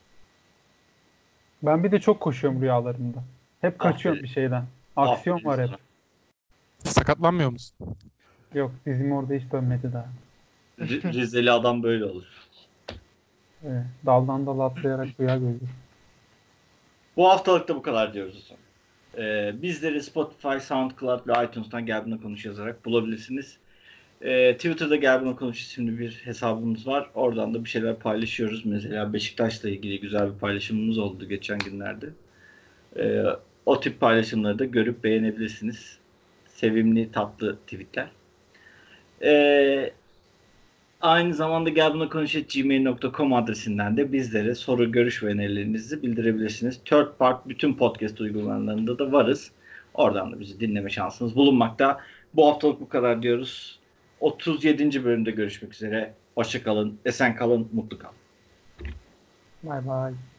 Ben bir de çok koşuyorum rüyalarımda. Hep kaçıyorum Aferin. bir şeyden. Aksiyon Aferin var hep. sana. Sakatlanmıyor musun? Yok dizim orada hiç dönmedi daha. R- Rizeli adam böyle olur. Evet, daldan dala atlayarak rüya görüyorum. Bu haftalık da bu kadar diyoruz o zaman. Ee, bizleri Spotify, SoundCloud ve iTunes'tan Gel Buna Konuş yazarak bulabilirsiniz. Ee, Twitter'da Gel Buna Konuş isimli bir hesabımız var. Oradan da bir şeyler paylaşıyoruz. Mesela Beşiktaş'la ilgili güzel bir paylaşımımız oldu geçen günlerde. Ee, o tip paylaşımları da görüp beğenebilirsiniz. Sevimli, tatlı tweetler. Ee, Aynı zamanda Gel Buna Konuş at gmail nokta com adresinden de bizlere soru, görüş ve önerilerinizi bildirebilirsiniz. Third Part bütün podcast uygulamalarında da varız. Oradan da bizi dinleme şansınız bulunmakta. Bu haftalık bu kadar diyoruz. otuz yedinci bölümde görüşmek üzere. Hoşça kalın, esen kalın, mutlu kalın. Bay bay.